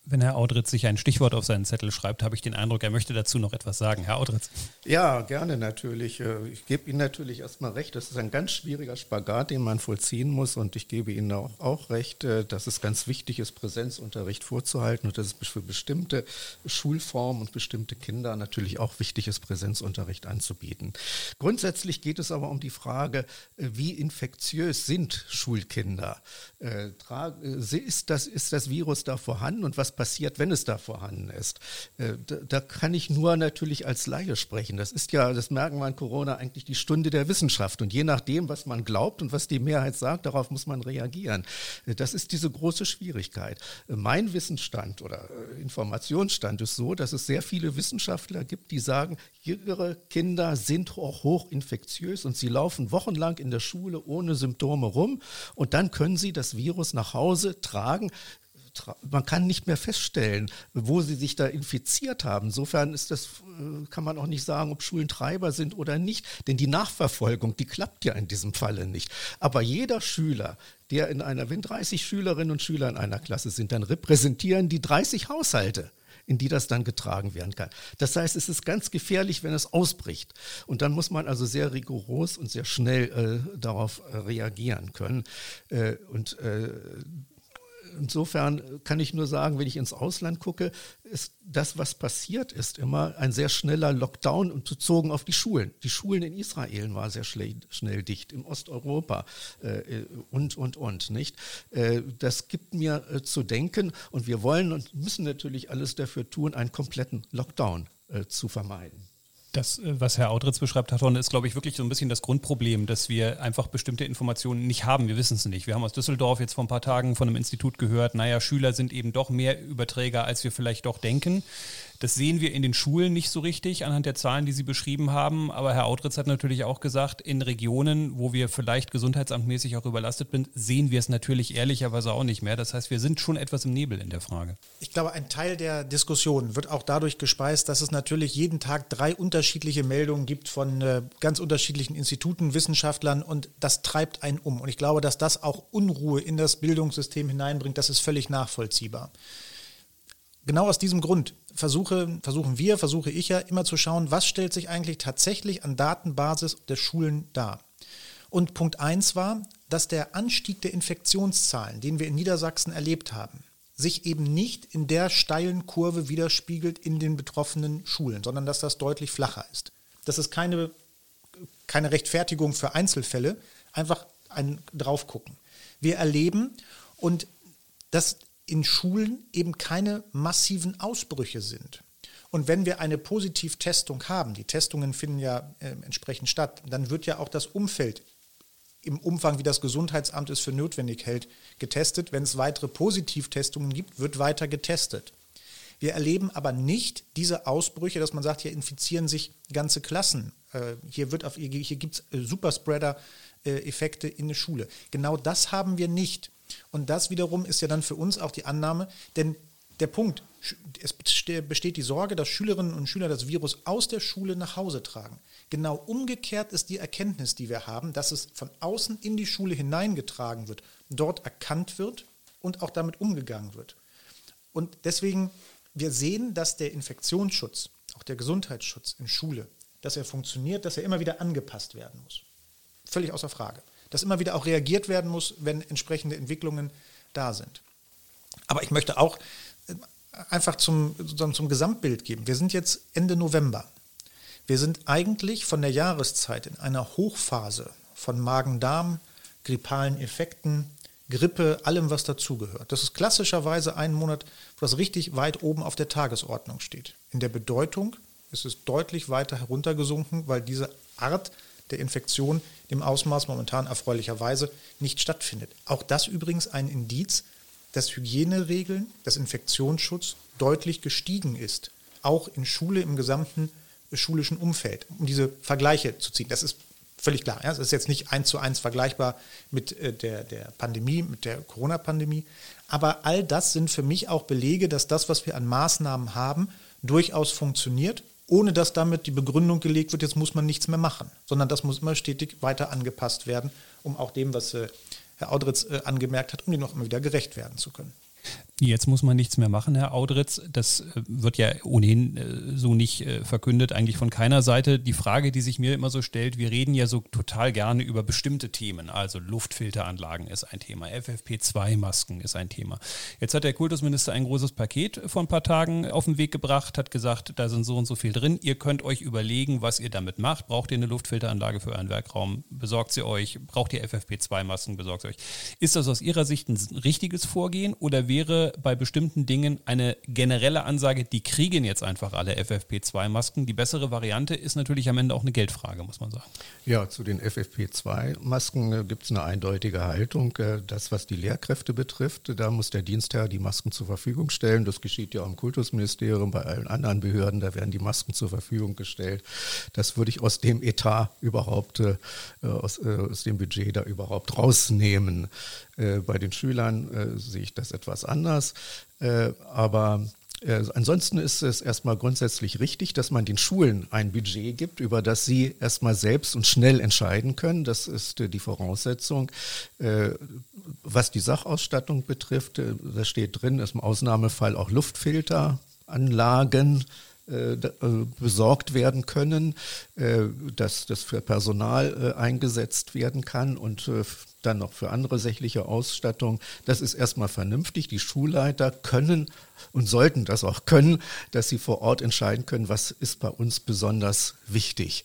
Wenn Herr Audritz sich ein Stichwort auf seinen Zettel schreibt, habe ich den Eindruck, er möchte dazu noch etwas sagen. Herr Audritz. Ja, gerne natürlich. Ich gebe Ihnen natürlich erstmal recht, das ist ein ganz schwieriger Spagat, den man vollziehen muss. Und ich gebe Ihnen auch recht, dass es ganz wichtig ist, Präsenzunterricht vorzuhalten und dass es für bestimmte Schulformen und bestimmte Kinder natürlich auch wichtig ist, Präsenzunterricht anzubieten. Grundsätzlich geht es aber um die Frage, wie infektiös sind Schulkinder? Ist das Virus da vorhanden und was passiert, wenn es da vorhanden ist? Da kann ich nur natürlich als Laie sprechen. Das ist ja, das merken wir an Corona, eigentlich die Stunde der Wissenschaft. Und je nachdem, was man glaubt und was die Mehrheit sagt, darauf muss man reagieren. Das ist diese große Schwierigkeit. Mein Wissensstand oder Informationsstand ist so, dass es sehr viele Wissenschaftler gibt, die sagen, ihre Kinder sind auch hochinfektiös und sie laufen wochenlang in der Schule ohne Symptome rum und dann können sie das Virus nach Hause tragen. Man kann nicht mehr feststellen, wo sie sich da infiziert haben. Insofern kann man auch nicht sagen, ob Schulen Treiber sind oder nicht, denn die Nachverfolgung, die klappt ja in diesem Falle nicht. Aber jeder Schüler, wenn 30 Schülerinnen und Schüler in einer Klasse sind, dann repräsentieren die 30 Haushalte, in die das dann getragen werden kann. Das heißt, es ist ganz gefährlich, wenn es ausbricht. Und dann muss man also sehr rigoros und sehr schnell darauf reagieren können. Insofern kann ich nur sagen, wenn ich ins Ausland gucke, ist das, was passiert ist, immer ein sehr schneller Lockdown und bezogen auf die Schulen. Die Schulen in Israel waren sehr schnell dicht, in Osteuropa und, nicht? Das gibt mir zu denken und wir wollen und müssen natürlich alles dafür tun, einen kompletten Lockdown zu vermeiden. Das, was Herr Audritz beschreibt, Herr Tonne, ist, glaube ich, wirklich so ein bisschen das Grundproblem, dass wir einfach bestimmte Informationen nicht haben. Wir wissen es nicht. Wir haben aus Düsseldorf jetzt vor ein paar Tagen von einem Institut gehört, Schüler sind eben doch mehr Überträger, als wir vielleicht doch denken. Das sehen wir in den Schulen nicht so richtig anhand der Zahlen, die Sie beschrieben haben. Aber Herr Audritz hat natürlich auch gesagt, in Regionen, wo wir vielleicht gesundheitsamtmäßig auch überlastet sind, sehen wir es natürlich ehrlicherweise auch nicht mehr. Das heißt, wir sind schon etwas im Nebel in der Frage. Ich glaube, ein Teil der Diskussion wird auch dadurch gespeist, dass es natürlich jeden Tag 3 unterschiedliche Meldungen gibt von ganz unterschiedlichen Instituten, Wissenschaftlern und das treibt einen um. Und ich glaube, dass das auch Unruhe in das Bildungssystem hineinbringt, das ist völlig nachvollziehbar. Genau aus diesem Grund versuche ich ja immer zu schauen, was stellt sich eigentlich tatsächlich an Datenbasis der Schulen dar. Und Punkt 1 war, dass der Anstieg der Infektionszahlen, den wir in Niedersachsen erlebt haben, sich eben nicht in der steilen Kurve widerspiegelt in den betroffenen Schulen, sondern dass das deutlich flacher ist. Das ist keine Rechtfertigung für Einzelfälle, einfach ein Draufgucken. Wir erleben und dass in Schulen eben keine massiven Ausbrüche sind. Und wenn wir eine Positivtestung haben, die Testungen finden ja entsprechend statt, dann wird ja auch das Umfeld im Umfang, wie das Gesundheitsamt es für notwendig hält, getestet. Wenn es weitere Positivtestungen gibt, wird weiter getestet. Wir erleben aber nicht diese Ausbrüche, dass man sagt, hier infizieren sich ganze Klassen. Hier gibt es Superspreader-Effekte in der Schule. Genau das haben wir nicht. Und das wiederum ist ja dann für uns auch die Annahme, denn der Punkt, es besteht die Sorge, dass Schülerinnen und Schüler das Virus aus der Schule nach Hause tragen. Genau umgekehrt ist die Erkenntnis, die wir haben, dass es von außen in die Schule hineingetragen wird, dort erkannt wird und auch damit umgegangen wird. Und deswegen, wir sehen, dass der Infektionsschutz, auch der Gesundheitsschutz in Schule, dass er funktioniert, dass er immer wieder angepasst werden muss. Völlig außer Frage. Dass immer wieder auch reagiert werden muss, wenn entsprechende Entwicklungen da sind. Aber ich möchte auch einfach zum Gesamtbild geben. Wir sind jetzt Ende November. Wir sind eigentlich von der Jahreszeit in einer Hochphase von Magen-Darm, grippalen Effekten, Grippe, allem, was dazugehört. Das ist klassischerweise ein Monat, wo das richtig weit oben auf der Tagesordnung steht. In der Bedeutung ist es deutlich weiter heruntergesunken, weil diese Art der Infektion im Ausmaß momentan erfreulicherweise nicht stattfindet. Auch das übrigens ein Indiz, dass Hygieneregeln, dass Infektionsschutz deutlich gestiegen ist, auch in Schule, im gesamten schulischen Umfeld, um diese Vergleiche zu ziehen. Das ist völlig klar. Ja? Das ist jetzt nicht 1:1 vergleichbar mit der Pandemie, mit der Corona-Pandemie. Aber all das sind für mich auch Belege, dass das, was wir an Maßnahmen haben, durchaus funktioniert, ohne dass damit die Begründung gelegt wird, jetzt muss man nichts mehr machen, sondern das muss immer stetig weiter angepasst werden, um auch dem, was Herr Audritz angemerkt hat, um dem noch immer wieder gerecht werden zu können. Jetzt muss man nichts mehr machen, Herr Audritz. Das wird ja ohnehin so nicht verkündet, eigentlich von keiner Seite. Die Frage, die sich mir immer so stellt, wir reden ja so total gerne über bestimmte Themen. Also Luftfilteranlagen ist ein Thema, FFP2-Masken ist ein Thema. Jetzt hat der Kultusminister ein großes Paket vor ein paar Tagen auf den Weg gebracht, hat gesagt, da sind so und so viel drin. Ihr könnt euch überlegen, was ihr damit macht. Braucht ihr eine Luftfilteranlage für euren Werkraum? Besorgt sie euch. Braucht ihr FFP2-Masken? Besorgt sie euch. Ist das aus Ihrer Sicht ein richtiges Vorgehen oder wäre bei bestimmten Dingen eine generelle Ansage, die kriegen jetzt einfach alle FFP2-Masken? Die bessere Variante ist natürlich am Ende auch eine Geldfrage, muss man sagen. Ja, zu den FFP2-Masken gibt es eine eindeutige Haltung. Das, was die Lehrkräfte betrifft, da muss der Dienstherr die Masken zur Verfügung stellen. Das geschieht ja auch im Kultusministerium, bei allen anderen Behörden, da werden die Masken zur Verfügung gestellt. Das würde ich aus dem Etat überhaupt, aus dem Budget da überhaupt rausnehmen. Bei den Schülern sehe ich das etwas anders, aber ansonsten ist es erstmal grundsätzlich richtig, dass man den Schulen ein Budget gibt, über das sie erstmal selbst und schnell entscheiden können. Das ist die Voraussetzung. Was die Sachausstattung betrifft, da steht drin, dass im Ausnahmefall auch Luftfilteranlagen besorgt werden können, dass das für Personal eingesetzt werden kann und dann noch für andere sächliche Ausstattung. Das ist erstmal vernünftig. Die Schulleiter können und sollten das auch können, dass sie vor Ort entscheiden können, was ist bei uns besonders wichtig.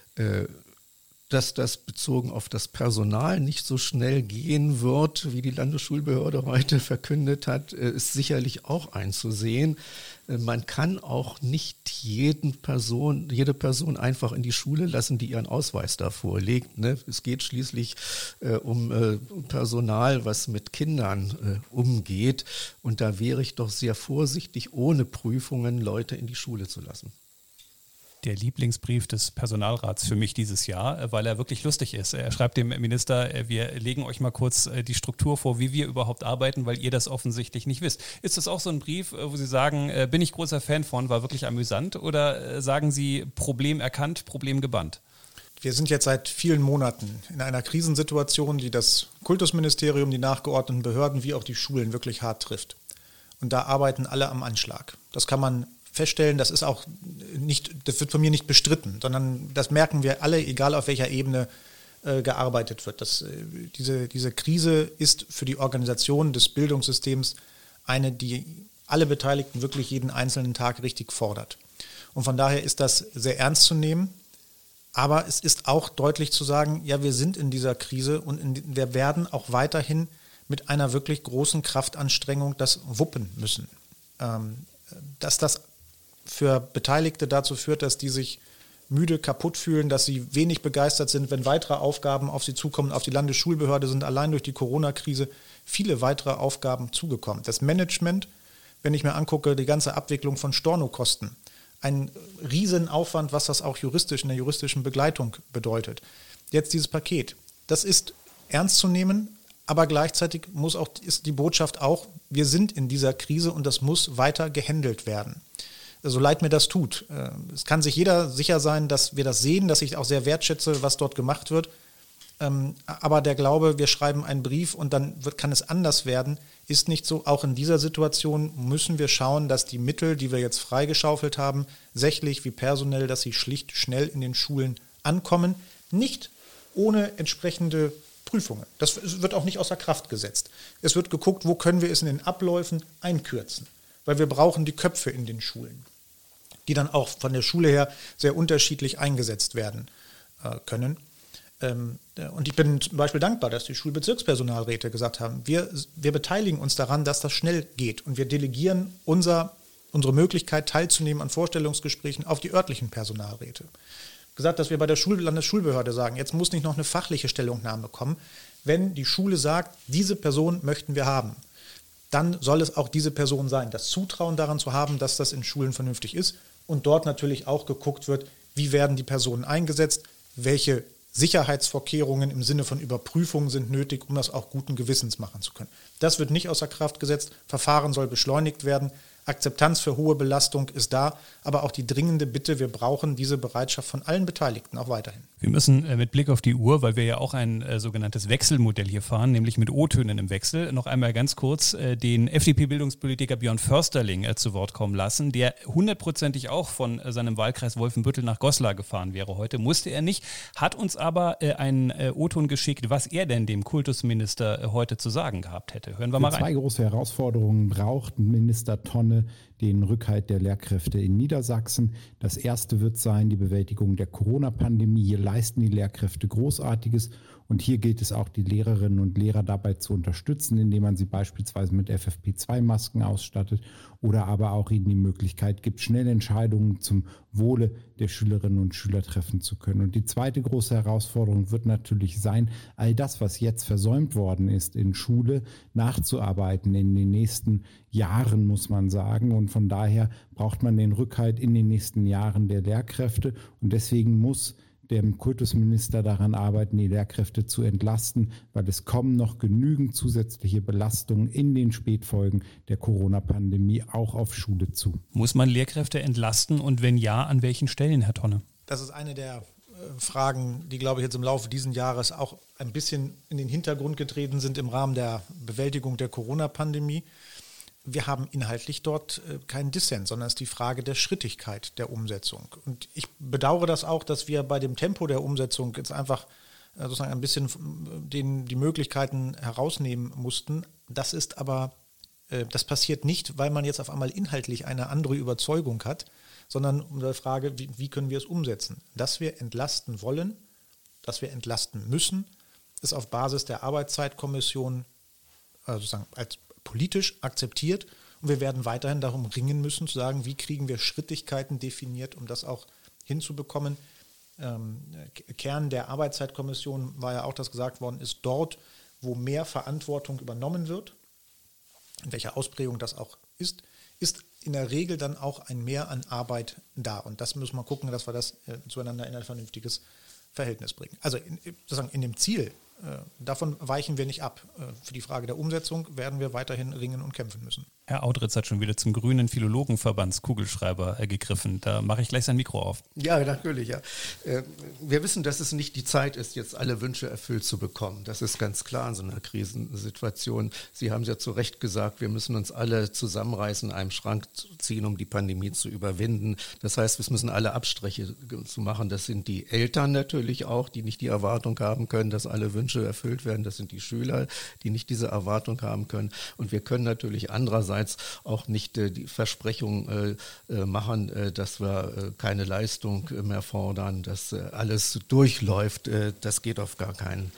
Dass das bezogen auf das Personal nicht so schnell gehen wird, wie die Landesschulbehörde heute verkündet hat, ist sicherlich auch einzusehen. Man kann auch nicht jede Person einfach in die Schule lassen, die ihren Ausweis da vorlegt. Ne? Es geht schließlich um Personal, was mit Kindern umgeht. Und da wäre ich doch sehr vorsichtig, ohne Prüfungen Leute in die Schule zu lassen. Der Lieblingsbrief des Personalrats für mich dieses Jahr, weil er wirklich lustig ist. Er schreibt dem Minister, wir legen euch mal kurz die Struktur vor, wie wir überhaupt arbeiten, weil ihr das offensichtlich nicht wisst. Ist das auch so ein Brief, wo Sie sagen, bin ich großer Fan von, war wirklich amüsant, oder sagen Sie, Problem erkannt, Problem gebannt? Wir sind jetzt seit vielen Monaten in einer Krisensituation, die das Kultusministerium, die nachgeordneten Behörden wie auch die Schulen wirklich hart trifft. Und da arbeiten alle am Anschlag. Das kann man feststellen, das ist auch nicht, das wird von mir nicht bestritten, sondern das merken wir alle, egal auf welcher Ebene gearbeitet wird. Diese Krise ist für die Organisation des Bildungssystems eine, die alle Beteiligten wirklich jeden einzelnen Tag richtig fordert. Und von daher ist das sehr ernst zu nehmen, aber es ist auch deutlich zu sagen, ja, wir sind in dieser Krise und wir werden auch weiterhin mit einer wirklich großen Kraftanstrengung das wuppen müssen. Dass das für Beteiligte dazu führt, dass die sich müde, kaputt fühlen, dass sie wenig begeistert sind, wenn weitere Aufgaben auf sie zukommen. Auf die Landesschulbehörde sind allein durch die Corona-Krise viele weitere Aufgaben zugekommen. Das Management, wenn ich mir angucke, die ganze Abwicklung von Stornokosten, ein Riesenaufwand, was das auch juristisch in der juristischen Begleitung bedeutet. Jetzt dieses Paket, das ist ernst zu nehmen, aber gleichzeitig ist die Botschaft auch, wir sind in dieser Krise und das muss weiter gehandelt werden. So leid mir das tut. Es kann sich jeder sicher sein, dass wir das sehen, dass ich auch sehr wertschätze, was dort gemacht wird. Aber der Glaube, wir schreiben einen Brief und dann kann es anders werden, ist nicht so. Auch in dieser Situation müssen wir schauen, dass die Mittel, die wir jetzt freigeschaufelt haben, sächlich wie personell, dass sie schlicht schnell in den Schulen ankommen. Nicht ohne entsprechende Prüfungen. Das wird auch nicht außer Kraft gesetzt. Es wird geguckt, wo können wir es in den Abläufen einkürzen. Weil wir brauchen die Köpfe in den Schulen, die dann auch von der Schule her sehr unterschiedlich eingesetzt werden können. Und ich bin zum Beispiel dankbar, dass die Schulbezirkspersonalräte gesagt haben, wir beteiligen uns daran, dass das schnell geht. Und wir delegieren unsere Möglichkeit, teilzunehmen an Vorstellungsgesprächen auf die örtlichen Personalräte. Gesagt, dass wir bei der Landesschulbehörde sagen, jetzt muss nicht noch eine fachliche Stellungnahme kommen. Wenn die Schule sagt, diese Person möchten wir haben, dann soll es auch diese Person sein. Das Zutrauen daran zu haben, dass das in Schulen vernünftig ist und dort natürlich auch geguckt wird, wie werden die Personen eingesetzt, welche Sicherheitsvorkehrungen im Sinne von Überprüfungen sind nötig, um das auch guten Gewissens machen zu können. Das wird nicht außer Kraft gesetzt. Verfahren soll beschleunigt werden, Akzeptanz für hohe Belastung ist da, aber auch die dringende Bitte, wir brauchen diese Bereitschaft von allen Beteiligten auch weiterhin. Wir müssen mit Blick auf die Uhr, weil wir ja auch ein sogenanntes Wechselmodell hier fahren, nämlich mit O-Tönen im Wechsel, noch einmal ganz kurz den FDP-Bildungspolitiker Björn Försterling zu Wort kommen lassen, der 100%ig auch von seinem Wahlkreis Wolfenbüttel nach Goslar gefahren wäre heute. Musste er nicht, hat uns aber einen O-Ton geschickt, was er denn dem Kultusminister heute zu sagen gehabt hätte. Hören wir mal rein. Zwei große Herausforderungen braucht Minister Tonne: den Rückhalt der Lehrkräfte in Niedersachsen. Das erste wird sein die Bewältigung der Corona-Pandemie. Hier leisten die Lehrkräfte Großartiges und hier gilt es auch, die Lehrerinnen und Lehrer dabei zu unterstützen, indem man sie beispielsweise mit FFP2-Masken ausstattet oder aber auch ihnen die Möglichkeit gibt, schnell Entscheidungen zum Wohle der Schülerinnen und Schüler treffen zu können. Und die zweite große Herausforderung wird natürlich sein, all das, was jetzt versäumt worden ist in Schule, nachzuarbeiten in den nächsten Jahren, muss man sagen. Und von daher braucht man den Rückhalt in den nächsten Jahren der Lehrkräfte. Und deswegen muss der Kultusminister daran arbeiten, die Lehrkräfte zu entlasten, weil es kommen noch genügend zusätzliche Belastungen in den Spätfolgen der Corona-Pandemie auch auf Schule zu. Muss man Lehrkräfte entlasten und wenn ja, an welchen Stellen, Herr Tonne? Das ist eine der Fragen, die, glaube ich, jetzt im Laufe dieses Jahres auch ein bisschen in den Hintergrund getreten sind im Rahmen der Bewältigung der Corona-Pandemie. Wir haben inhaltlich dort keinen Dissens, sondern es ist die Frage der Schrittigkeit der Umsetzung. Und ich bedauere das auch, dass wir bei dem Tempo der Umsetzung jetzt einfach sozusagen ein bisschen die Möglichkeiten herausnehmen mussten. Das ist aber, das passiert nicht, weil man jetzt auf einmal inhaltlich eine andere Überzeugung hat, sondern um die Frage, wie können wir es umsetzen? Dass wir entlasten wollen, dass wir entlasten müssen, ist auf Basis der Arbeitszeitkommission sozusagen als politisch akzeptiert und wir werden weiterhin darum ringen müssen, zu sagen, wie kriegen wir Schrittigkeiten definiert, um das auch hinzubekommen. Kern der Arbeitszeitkommission war ja auch, dass gesagt worden ist, dort, wo mehr Verantwortung übernommen wird, in welcher Ausprägung das auch ist in der Regel dann auch ein Mehr an Arbeit da. Und das müssen wir gucken, dass wir das zueinander in ein vernünftiges Verhältnis bringen. Also sozusagen in dem Ziel, davon weichen wir nicht ab. Für die Frage der Umsetzung werden wir weiterhin ringen und kämpfen müssen. Herr Audritz hat schon wieder zum Grünen Philologenverbands Kugelschreiber gegriffen. Da mache ich gleich sein Mikro auf. Ja, natürlich. Ja. Wir wissen, dass es nicht die Zeit ist, jetzt alle Wünsche erfüllt zu bekommen. Das ist ganz klar in so einer Krisensituation. Sie haben es ja zu Recht gesagt, wir müssen uns alle zusammenreißen, einem Schrank ziehen, um die Pandemie zu überwinden. Das heißt, wir müssen alle Abstriche zu machen. Das sind die Eltern natürlich auch, die nicht die Erwartung haben können, dass alle Wünsche erfüllt werden. Das sind die Schüler, die nicht diese Erwartung haben können. Und wir können natürlich andererseits auch nicht die Versprechung machen, dass wir keine Leistung mehr fordern, dass alles durchläuft. Das geht auf gar keinen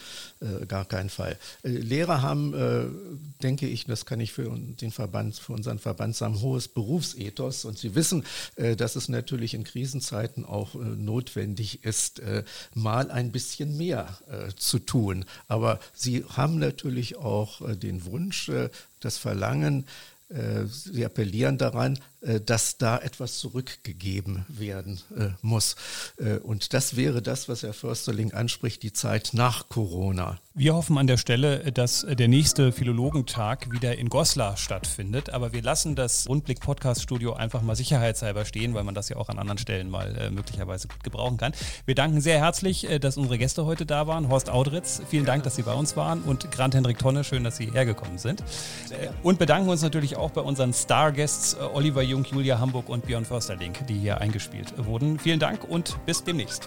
Fall. Lehrer haben, denke ich, das kann ich für unseren Verband sagen, hohes Berufsethos. Und sie wissen, dass es natürlich in Krisenzeiten auch notwendig ist, mal ein bisschen mehr zu tun. Aber sie haben natürlich auch den Wunsch, das Verlangen, sie appellieren daran, dass da etwas zurückgegeben werden muss. Und das wäre das, was Herr Försterling anspricht, die Zeit nach Corona. Wir hoffen an der Stelle, dass der nächste Philologentag wieder in Goslar stattfindet. Aber wir lassen das Rundblick-Podcast-Studio einfach mal sicherheitshalber stehen, weil man das ja auch an anderen Stellen mal möglicherweise gut gebrauchen kann. Wir danken sehr herzlich, dass unsere Gäste heute da waren. Horst Audritz, vielen Dank, dass Sie bei uns waren. Und Grant-Hendrik Tonne, schön, dass Sie hergekommen sind. Und bedanken uns natürlich auch bei unseren Star-Guests Oliver Jung, Julia Hamburg und Björn Försterling, die hier eingespielt wurden. Vielen Dank und bis demnächst.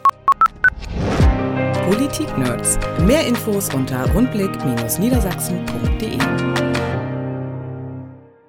Politik-Nerds. Mehr Infos unter rundblick-niedersachsen.de.